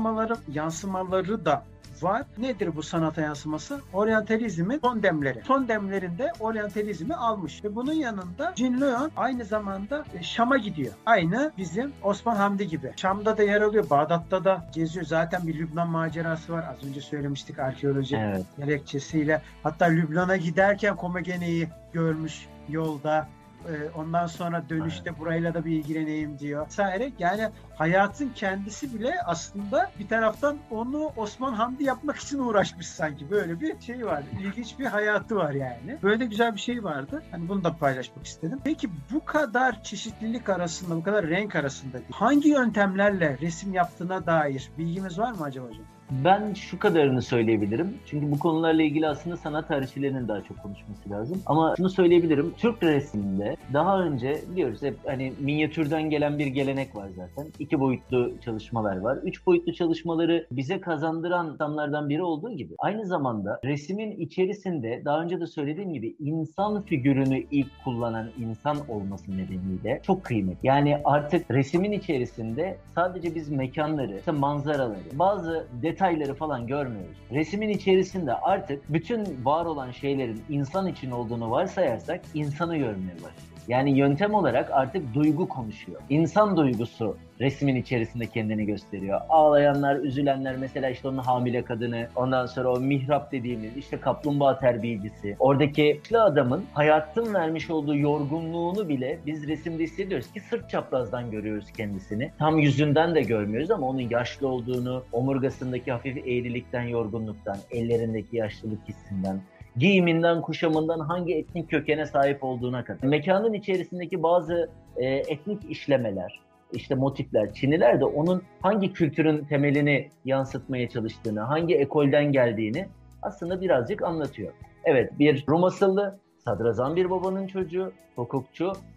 yansımaları da var. Nedir bu sanata yansıması? Oryantalizmin son demleri. Son demlerinde oryantalizmi almış. Ve bunun yanında Jean Leon aynı zamanda Şam'a gidiyor. Aynı bizim Osman Hamdi gibi. Şam'da da yer alıyor. Bağdat'ta da geziyor. Zaten bir Lübnan macerası var. Az önce söylemiştik arkeoloji gerekçesiyle. Hatta Lübnan'a giderken Komegene'yi görmüş yolda. Ondan sonra dönüşte burayla da bir ilgileneyim diyor. Vesaire. Yani hayatın kendisi bile aslında bir taraftan onu Osman Hamdi yapmak için uğraşmış sanki. Böyle bir şey var. İlginç bir hayatı var yani. Böyle güzel bir şey vardı. Hani bunu da paylaşmak istedim. Peki bu kadar çeşitlilik arasında, bu kadar renk arasında hangi yöntemlerle resim yaptığına dair bilgimiz var mı acaba hocam? Ben şu kadarını söyleyebilirim. Çünkü bu konularla ilgili aslında sanat tarihçilerinin daha çok konuşması lazım. Ama şunu söyleyebilirim. Türk resiminde daha önce biliyoruz hep hani minyatürden gelen bir gelenek var zaten. 2 boyutlu çalışmalar var. 3 boyutlu çalışmaları bize kazandıran adamlardan biri olduğu gibi aynı zamanda resmin içerisinde daha önce de söylediğim gibi insan figürünü ilk kullanan insan olması nedeniyle çok kıymetli. Yani artık resmin içerisinde sadece biz mekanları, işte manzaraları, bazı detayları falan görmüyoruz. Resmin içerisinde artık bütün var olan şeylerin insan için olduğunu varsayarsak insanı görmeye başlıyoruz. Yani yöntem olarak artık duygu konuşuyor. İnsan duygusu resmin içerisinde kendini gösteriyor. Ağlayanlar, üzülenler, mesela işte onun hamile kadını, ondan sonra o mihrap dediğimiz işte kaplumbağa terbiyecisi. Oradaki yaşlı adamın hayatın vermiş olduğu yorgunluğunu bile biz resimde hissediyoruz ki sırt çaprazdan görüyoruz kendisini. Tam yüzünden de görmüyoruz ama onun yaşlı olduğunu, omurgasındaki hafif eğrilikten, yorgunluktan, ellerindeki yaşlılık hissinden, giyiminden, kuşamından hangi etnik kökene sahip olduğuna kadar. Mekanın içerisindeki bazı etnik işlemeler, işte motifler, çiniler de onun hangi kültürün temelini yansıtmaya çalıştığını, hangi ekolden geldiğini aslında birazcık anlatıyor. Evet, bir Rum asıllı, sadrazam bir babanın çocuğu, hukukçu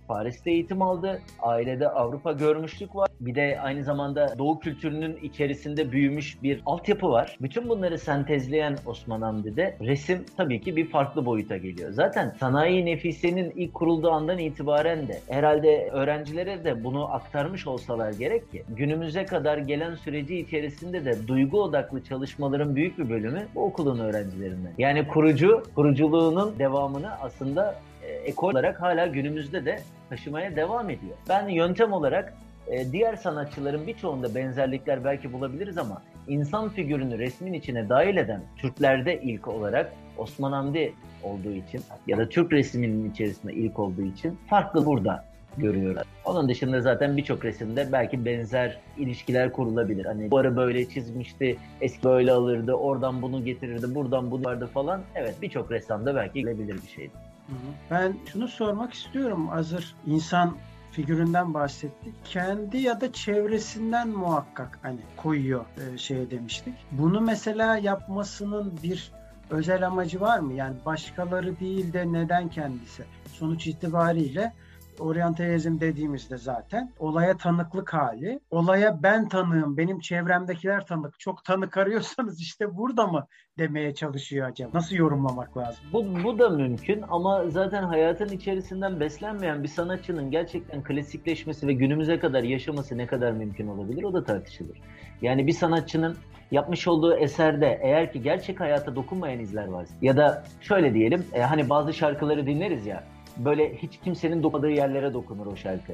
Paris'te eğitim aldı. Ailede Avrupa görmüşlük var. Bir de aynı zamanda Doğu kültürünün içerisinde büyümüş bir altyapı var. Bütün bunları sentezleyen Osman Hamdi'de resim tabii ki bir farklı boyuta geliyor. Zaten Sanayi Nefise'nin ilk kurulduğu andan itibaren de herhalde öğrencilere de bunu aktarmış olsalar gerek ki günümüze kadar gelen süreci içerisinde de duygu odaklı çalışmaların büyük bir bölümü bu okulun öğrencilerinden. Yani kuruculuğunun devamını aslında ekol olarak hala günümüzde de taşımaya devam ediyor. Ben yöntem olarak diğer sanatçıların birçoğunda benzerlikler belki bulabiliriz ama insan figürünü resmin içine dahil eden Türklerde ilk olarak Osman Hamdi olduğu için ya da Türk resminin içerisinde ilk olduğu için farklı burada görüyorlar. Onun dışında zaten birçok resimde belki benzer ilişkiler kurulabilir. Hani duvarı böyle çizmişti, eski böyle alırdı, oradan bunu getirirdi, buradan bunu vardı falan. Evet, birçok ressamda belki gelebilir bir şeydi. Ben şunu sormak istiyorum. Hazır insan figüründen bahsettik. Kendi ya da çevresinden muhakkak hani koyuyor demiştik. Bunu mesela yapmasının bir özel amacı var mı? Yani başkaları değil de neden kendisi? Sonuç itibariyle oryantalizm dediğimizde zaten olaya tanıklık hali. Olaya ben tanığım, benim çevremdekiler tanık. Çok tanık arıyorsanız işte burada mı demeye çalışıyor acaba? Nasıl yorumlamak lazım? Bu da mümkün ama zaten hayatın içerisinden beslenmeyen bir sanatçının gerçekten klasikleşmesi ve günümüze kadar yaşaması ne kadar mümkün olabilir, o da tartışılır. Yani bir sanatçının yapmış olduğu eserde eğer ki gerçek hayata dokunmayan izler varsa ya da şöyle diyelim, hani bazı şarkıları dinleriz ya, böyle hiç kimsenin dokunmadığı yerlere dokunur o şarkı.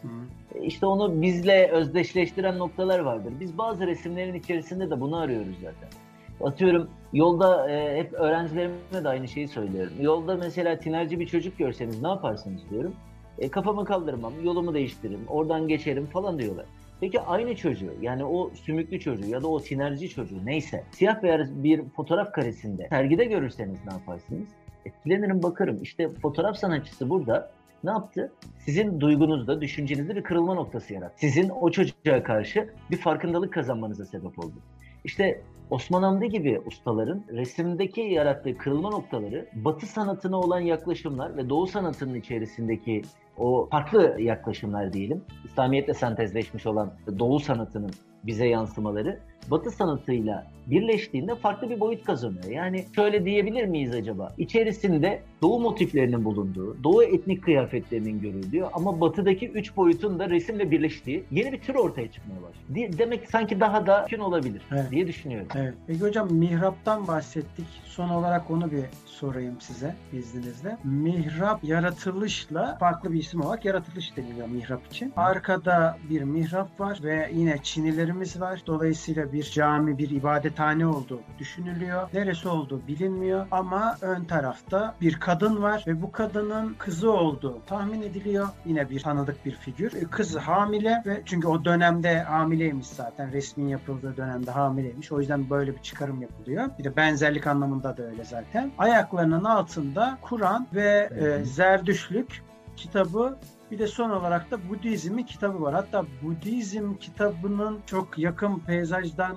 İşte onu bizle özdeşleştiren noktalar vardır. Biz bazı resimlerin içerisinde de bunu arıyoruz zaten. Atıyorum yolda hep öğrencilerime de aynı şeyi söylüyorum. Yolda mesela tinerci bir çocuk görseniz ne yaparsınız diyorum. Kafamı kaldırmam, yolumu değiştiririm, oradan geçerim falan diyorlar. Peki aynı çocuğu, yani o sümüklü çocuğu ya da o tinerci çocuğu neyse siyah beyaz bir fotoğraf karesinde sergide görürseniz ne yaparsınız? Etkilenirim, bakarım. İşte fotoğraf sanatçısı burada ne yaptı? Sizin duygunuzda, düşüncenizde bir kırılma noktası yarattı. Sizin o çocuğa karşı bir farkındalık kazanmanıza sebep oldu. İşte Osman Hamdi gibi ustaların resimdeki yarattığı kırılma noktaları Batı sanatına olan yaklaşımlar ve Doğu sanatının içerisindeki o farklı yaklaşımlar diyelim, İslamiyetle sentezleşmiş olan Doğu sanatının bize yansımaları Batı sanatıyla birleştiğinde farklı bir boyut kazanıyor. Yani şöyle diyebilir miyiz acaba? İçerisinde Doğu motiflerinin bulunduğu, Doğu etnik kıyafetlerinin görüldüğü ama Batı'daki 3 boyutun da resimle birleştiği yeni bir tür ortaya çıkmaya başlıyor. Demek sanki daha da mümkün olabilir diye düşünüyorum. Evet. Peki hocam, mihraptan bahsettik. Son olarak onu bir sorayım size izninizle. Mihrap yaratılışla farklı bir isim olarak yaratılış deniliyor mihrap için. Arkada bir mihrap var ve yine çinilerimiz var. Dolayısıyla bir cami, bir ibadethane olduğu düşünülüyor. Neresi olduğu bilinmiyor ama ön tarafta bir kadın var ve bu kadının kızı olduğu tahmin ediliyor. Yine bir tanıdık bir figür. Kızı hamile ve çünkü o dönemde hamileymiş zaten. Resmin yapıldığı dönemde hamileymiş. O yüzden böyle bir çıkarım yapılıyor. Bir de benzerlik anlamında da öyle zaten. Ayaklarının altında Kur'an ve Zerdüştlük kitabı, bir de son olarak da Budizm'in kitabı var. Hatta Budizm kitabının çok yakın peyzajdan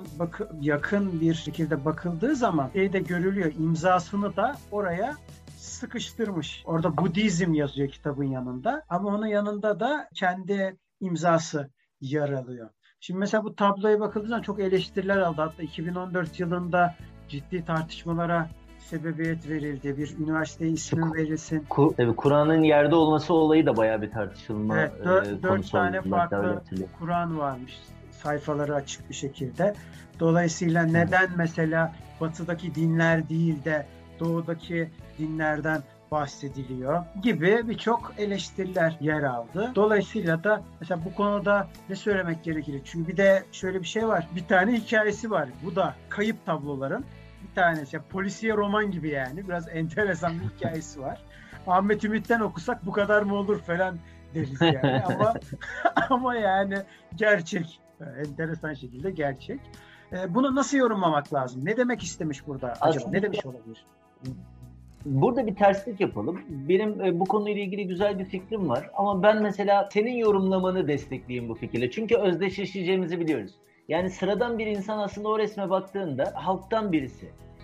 yakın bir şekilde bakıldığı zaman de görülüyor. İmzasını da oraya sıkıştırmış. Orada Budizm yazıyor kitabın yanında ama onun yanında da kendi imzası yer alıyor. Şimdi mesela bu tabloya bakıldığı zaman çok eleştiriler aldı. Hatta 2014 yılında ciddi tartışmalara sebebiyet verildi. Bir üniversiteye ismi verilsin. Tabii Kur'an'ın yerde olması olayı da bayağı bir tartışılma evet, konusu 4 tane farklı Kur'an varmış. Sayfaları açık bir şekilde. Dolayısıyla neden mesela batıdaki dinler değil de doğudaki dinlerden bahsediliyor gibi birçok eleştiriler yer aldı. Dolayısıyla da mesela bu konuda ne söylemek gerekir? Çünkü bir de şöyle bir şey var. Bir tane hikayesi var. Bu da kayıp tabloların bir tanesi. Polisiye roman gibi yani. Biraz enteresan bir hikayesi var. Ahmet Ümit'ten okusak bu kadar mı olur falan deriz yani. ama yani gerçek. Enteresan şekilde gerçek. Bunu nasıl yorumlamak lazım? Ne demek istemiş burada acaba? Aslında ne demiş olabilir? Burada bir terslik yapalım. Benim bu konuyla ilgili güzel bir fikrim var. Ama ben mesela senin yorumlamanı destekleyeyim bu fikirle. Çünkü özdeşleşeceğimizi biliyoruz. Yani sıradan bir insan aslında o resme baktığında halktan birisi.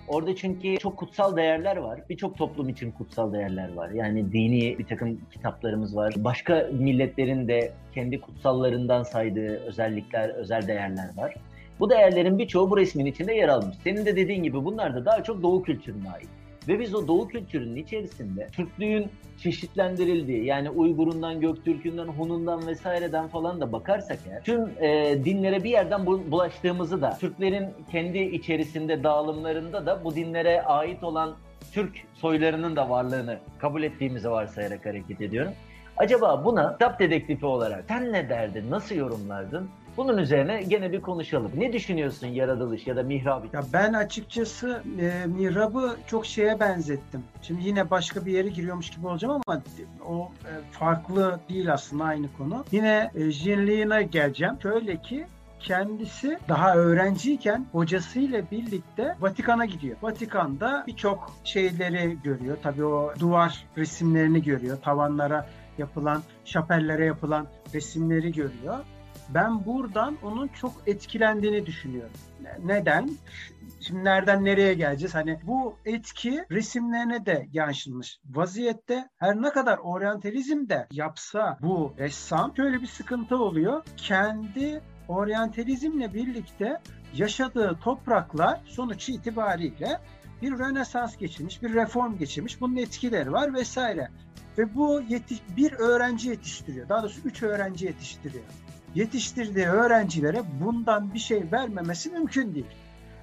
Orada çünkü çok kutsal değerler var. Birçok toplum için kutsal değerler var. Yani dini bir takım kitaplarımız var. Başka milletlerin de kendi kutsallarından saydığı özellikler, özel değerler var. Bu değerlerin birçoğu bu resmin içinde yer almış. Senin de dediğin gibi bunlar da daha çok Doğu kültürüne ait. Ve biz o Doğu kültürünün içerisinde Türklüğün çeşitlendirildiği, yani Uygur'undan, Göktürk'ünden, Hun'undan vesaireden falan da bakarsak eğer, tüm dinlere bir yerden bulaştığımızı da, Türklerin kendi içerisinde dağılımlarında da bu dinlere ait olan Türk soylarının da varlığını kabul ettiğimizi varsayarak hareket ediyorum. Acaba buna kitap dedektifi olarak sen ne derdin, nasıl yorumlardın? Bunun üzerine gene bir konuşalım. Ne düşünüyorsun yaratılış ya da mihrab için? Ya ben açıkçası mihrabı çok şeye benzettim. Şimdi yine başka bir yere giriyormuş gibi olacağım ama o farklı değil aslında, aynı konu. Yine Jinli'ne geleceğim. Şöyle ki kendisi daha öğrenciyken hocasıyla birlikte Vatikan'a gidiyor. Vatikan'da birçok şeyleri görüyor. Tabii o duvar resimlerini görüyor. Tavanlara yapılan, şapellere yapılan resimleri görüyor. Ben buradan onun çok etkilendiğini düşünüyorum. Neden? Şimdi nereden nereye geleceğiz? Hani bu etki resimlerine de yansımış vaziyette. Her ne kadar oryantalizm de yapsa bu ressam, şöyle bir sıkıntı oluyor. Kendi oryantalizmle birlikte yaşadığı topraklar sonuç itibariyle bir Rönesans geçirmiş, bir reform geçirmiş. Bunun etkileri var vesaire. Ve bu bir öğrenci yetiştiriyor. Daha doğrusu 3 öğrenci yetiştiriyor. Yetiştirdiği öğrencilere bundan bir şey vermemesi mümkün değil.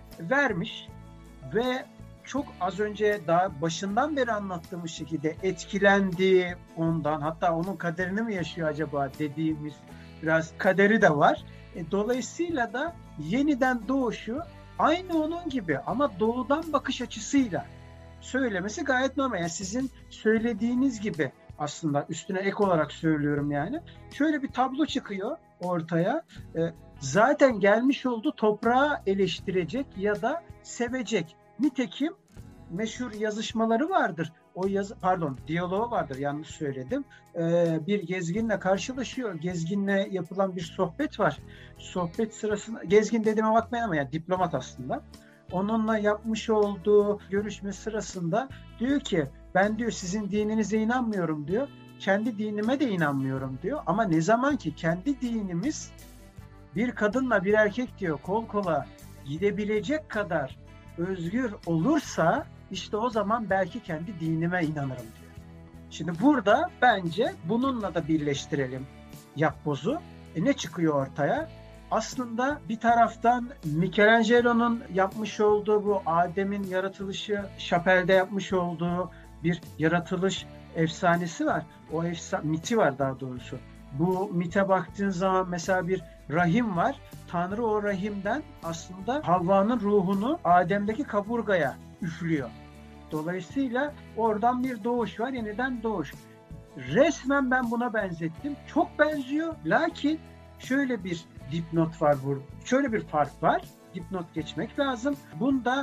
Vermiş ve çok az önce daha başından beri anlattığımız şekilde etkilendiği ondan, hatta onun kaderini mi yaşıyor acaba dediğimiz biraz kaderi de var. Dolayısıyla da yeniden doğuşu aynı onun gibi ama doğudan bakış açısıyla söylemesi gayet normal. Yani sizin söylediğiniz gibi aslında, üstüne ek olarak söylüyorum yani. Şöyle bir tablo çıkıyor ortaya. Zaten gelmiş olduğu toprağı eleştirecek ya da sevecek. Nitekim meşhur yazışmaları vardır. Diyaloğu vardır, yanlış söyledim. Bir gezginle karşılaşıyor. Gezginle yapılan bir sohbet var. Sohbet sırasında, gezgin dediğime bakmayın ama yani diplomat aslında. Onunla yapmış olduğu görüşme sırasında diyor ki, ben diyor sizin dininize inanmıyorum diyor. Kendi dinime de inanmıyorum diyor. Ama ne zaman ki kendi dinimiz bir kadınla bir erkek diyor kol kola gidebilecek kadar özgür olursa, işte o zaman belki kendi dinime inanırım diyor. Şimdi burada bence bununla da birleştirelim yapbozu. Ne çıkıyor ortaya? Aslında bir taraftan Michelangelo'nun yapmış olduğu bu Adem'in yaratılışı, şapelde yapmış olduğu bir yaratılış efsanesi var. O miti var daha doğrusu. Bu mite baktığın zaman mesela bir rahim var. Tanrı o rahimden aslında Havva'nın ruhunu Adem'deki kaburgaya üflüyor. Dolayısıyla oradan bir doğuş var, yeniden doğuş. Resmen ben buna benzettim. Çok benziyor. Lakin şöyle bir dipnot var burada. Şöyle bir fark var. Dipnot geçmek lazım. Bunda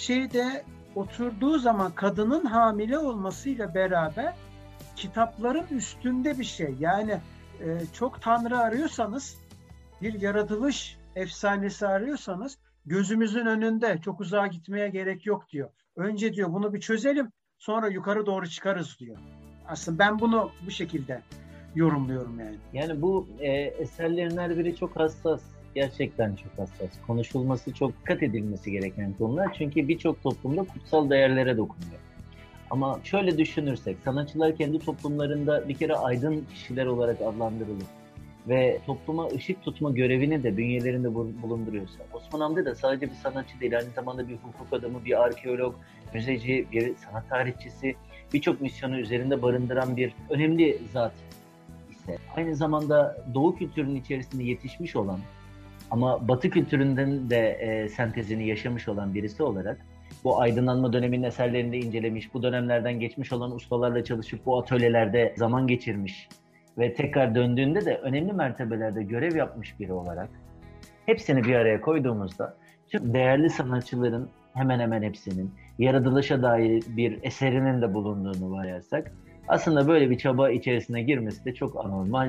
oturduğu zaman kadının hamile olmasıyla beraber kitapların üstünde bir şey. Yani çok tanrı arıyorsanız, bir yaratılış efsanesi arıyorsanız gözümüzün önünde, çok uzağa gitmeye gerek yok diyor. Önce diyor bunu bir çözelim, sonra yukarı doğru çıkarız diyor. Aslında ben bunu bu şekilde yorumluyorum yani. Yani bu eserlerin her biri çok hassas. Gerçekten çok hassas. Konuşulması, çok dikkat edilmesi gereken konular. Çünkü birçok toplumda kutsal değerlere dokunuyor. Ama şöyle düşünürsek, sanatçılar kendi toplumlarında bir kere aydın kişiler olarak adlandırılır. Ve topluma ışık tutma görevini de bünyelerinde bulunduruyorsa. Osman Hamdi de sadece bir sanatçı değil, aynı zamanda bir hukuk adamı, bir arkeolog, müzeci, bir sanat tarihçisi, birçok misyonu üzerinde barındıran bir önemli zat ise. Aynı zamanda Doğu kültürünün içerisinde yetişmiş olan ama Batı kültüründen de sentezini yaşamış olan birisi olarak bu aydınlanma döneminin eserlerini de incelemiş, bu dönemlerden geçmiş olan ustalarla çalışıp bu atölyelerde zaman geçirmiş ve tekrar döndüğünde de önemli mertebelerde görev yapmış biri olarak hepsini bir araya koyduğumuzda tüm değerli sanatçıların hemen hemen hepsinin yaratılışa dair bir eserinin de bulunduğunu varsayarsak aslında böyle bir çaba içerisine girmesi de çok anormal değil.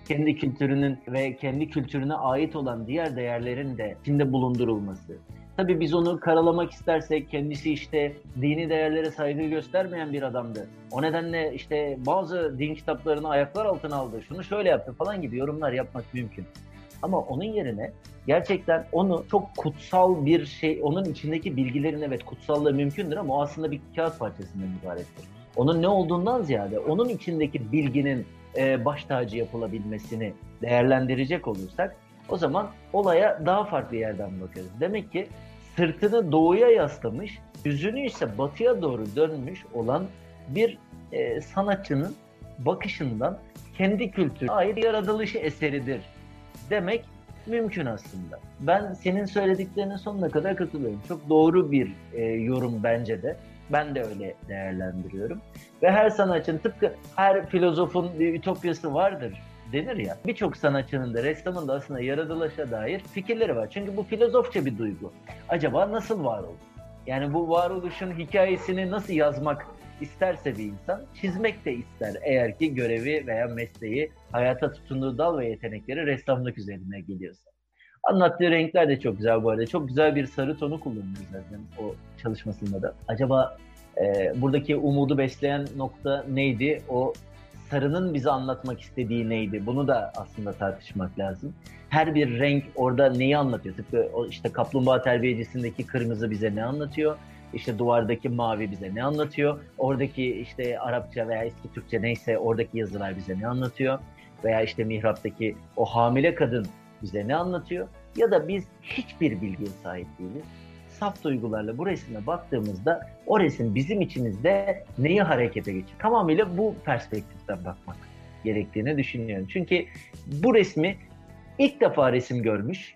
kendi kültürünün ve kendi kültürüne ait olan diğer değerlerin de içinde bulundurulması. Tabii biz onu karalamak istersek kendisi işte dini değerlere saygı göstermeyen bir adamdı. O nedenle işte bazı din kitaplarını ayaklar altına aldı, şunu şöyle yaptı falan gibi yorumlar yapmak mümkün. Ama onun yerine gerçekten onu çok kutsal bir şey, onun içindeki bilgilerin evet kutsallığı mümkündür ama o aslında bir kağıt parçasından ibarettir. Onun ne olduğundan ziyade onun içindeki bilginin baş tacı yapılabilmesini değerlendirecek olursak o zaman olaya daha farklı yerden bakarız. Demek ki sırtını doğuya yaslamış, yüzünü ise batıya doğru dönmüş olan bir sanatçının bakışından kendi kültürüne ait yaratılışı eseridir demek mümkün aslında. Ben senin söylediklerine sonuna kadar katılıyorum. Çok doğru bir yorum bence de. Ben de öyle değerlendiriyorum. Ve her sanatçının tıpkı her filozofun bir ütopyası vardır denir ya. Birçok sanatçının da ressamın da aslında yaratılışa dair fikirleri var. Çünkü bu filozofça bir duygu. Acaba nasıl var oldu? Yani bu varoluşun hikayesini nasıl yazmak isterse bir insan, çizmek de ister eğer ki görevi veya mesleği, hayata tutunduğu dal ve yetenekleri ressamlık üzerine geliyorsa. Anlattığı renkler de çok güzel bu arada. Çok güzel bir sarı tonu kullanıyor zaten o çalışmasında da. Acaba buradaki umudu besleyen nokta neydi? O sarının bize anlatmak istediği neydi? Bunu da aslında tartışmak lazım. Her bir renk orada neyi anlatıyor? Tıpkı o işte kaplumbağa terbiyecisindeki kırmızı bize ne anlatıyor? İşte duvardaki mavi bize ne anlatıyor? Oradaki işte Arapça veya eski Türkçe neyse oradaki yazılar bize ne anlatıyor? Veya işte mihraptaki o hamile kadın bize ne anlatıyor? Ya da biz hiçbir bilgiye sahip değiliz. Saf duygularla bu resme baktığımızda o resim bizim içimizde neyi harekete geçiriyor? Tamamıyla bu perspektiften bakmak gerektiğini düşünüyorum. Çünkü bu resmi ilk defa resim görmüş,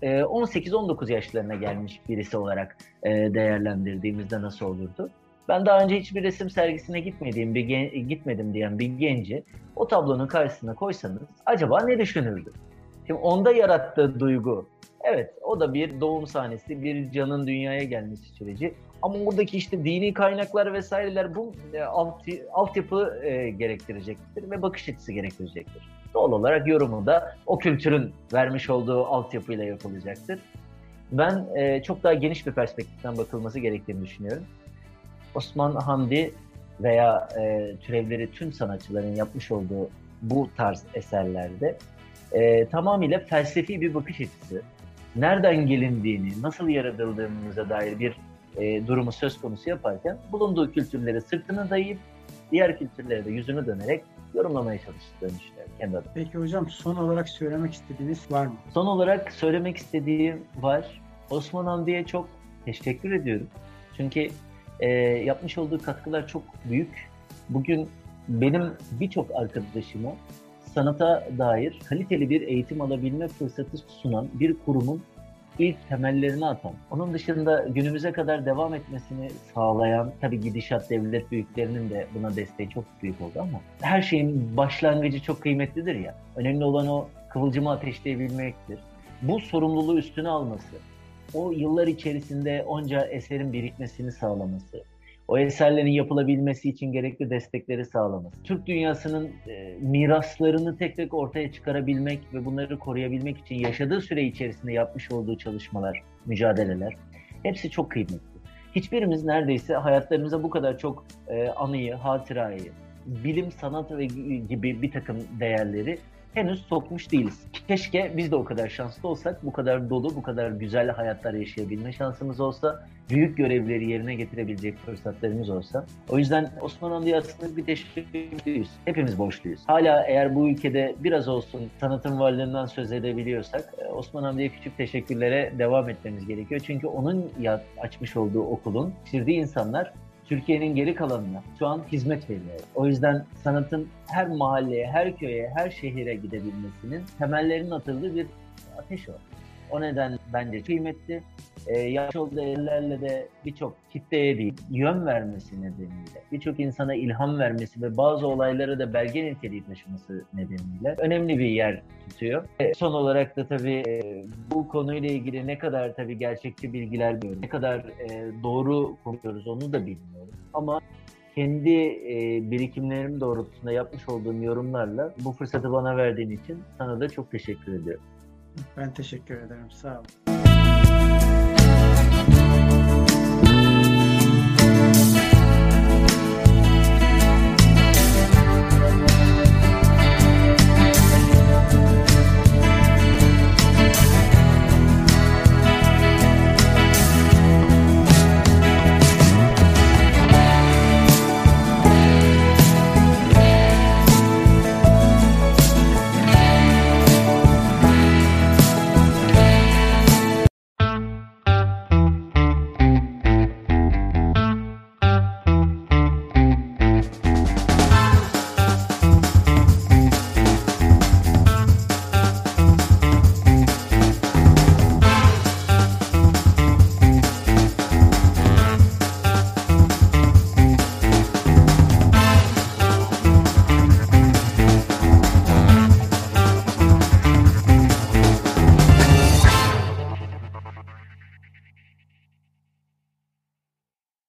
18-19 yaşlarına gelmiş birisi olarak değerlendirdiğimizde nasıl olurdu? Ben daha önce hiçbir resim sergisine gitmedim diyen bir genci o tablonun karşısına koysanız acaba ne düşünürdü? Şimdi onda yarattığı duygu, evet o da bir doğum sahnesi, bir canın dünyaya gelmesi süreci. Ama oradaki işte dini kaynaklar vesaireler bu altyapı gerektirecektir ve bakış açısı gerektirecektir. Doğal olarak yorumu da o kültürün vermiş olduğu altyapıyla yapılacaktır. Ben çok daha geniş bir perspektiften bakılması gerektiğini düşünüyorum. Osman Hamdi veya türevleri tüm sanatçıların yapmış olduğu bu tarz eserlerde tamamıyla felsefi bir bakış açısı, nereden gelindiğini, nasıl yaratıldığımıza dair bir durumu söz konusu yaparken bulunduğu kültürlere sırtını dayayıp diğer kültürlere de yüzünü dönerek yorumlamaya çalıştığını düşünüyorum kendi adıma. Peki hocam son olarak söylemek istediğiniz var mı? Son olarak söylemek istediğim var. Osman Hamdi'ye çok teşekkür ediyorum. Çünkü yapmış olduğu katkılar çok büyük. Bugün benim birçok arkadaşıma sanata dair kaliteli bir eğitim alabilme fırsatı sunan bir kurumun ilk temellerini atan, onun dışında günümüze kadar devam etmesini sağlayan, tabii gidişat devlet büyüklerinin de buna desteği çok büyük oldu ama her şeyin başlangıcı çok kıymetlidir ya. Önemli olan o kıvılcımı ateşleyebilmektir. Bu sorumluluğu üstüne alması, o yıllar içerisinde onca eserin birikmesini sağlaması, o eserlerin yapılabilmesi için gerekli destekleri sağlaması, Türk dünyasının miraslarını tek tek ortaya çıkarabilmek ve bunları koruyabilmek için yaşadığı süre içerisinde yapmış olduğu çalışmalar, mücadeleler, hepsi çok kıymetli. Hiçbirimiz neredeyse hayatlarımıza bu kadar çok anıyı, hatırayı, bilim, sanat ve gibi bir takım değerleri henüz sokmuş değiliz. Keşke biz de o kadar şanslı olsak, bu kadar dolu, bu kadar güzel hayatlar yaşayabilme şansımız olsa, büyük görevleri yerine getirebilecek fırsatlarımız olsa. O yüzden Osman Hamdi'ye aslında bir teşekkürlüyüz. Hepimiz borçluyuz. Hala eğer bu ülkede biraz olsun sanatın varlığından söz edebiliyorsak, Osman Hamdi'ye küçük teşekkürlere devam etmemiz gerekiyor. Çünkü onun açmış olduğu okulun, yetiştirdiği insanlar Türkiye'nin geri kalanına şu an hizmet veriyor. O yüzden sanatın her mahalleye, her köye, her şehire gidebilmesinin temellerinin atıldığı bir ateş var. O neden bence kıymetli. Yapmış olduğu ellerle de birçok kitleye değil, yön vermesi nedeniyle, birçok insana ilham vermesi ve bazı olaylara da belge niteliği taşıması nedeniyle önemli bir yer tutuyor. Son olarak da tabii bu konuyla ilgili ne kadar tabii gerçekçi bilgiler görüyoruz, ne kadar doğru konuşuyoruz onu da bilmiyorum. Ama kendi birikimlerim doğrultusunda yapmış olduğum yorumlarla bu fırsatı bana verdiğin için sana da çok teşekkür ediyorum. Ben teşekkür ederim. Sağ olun.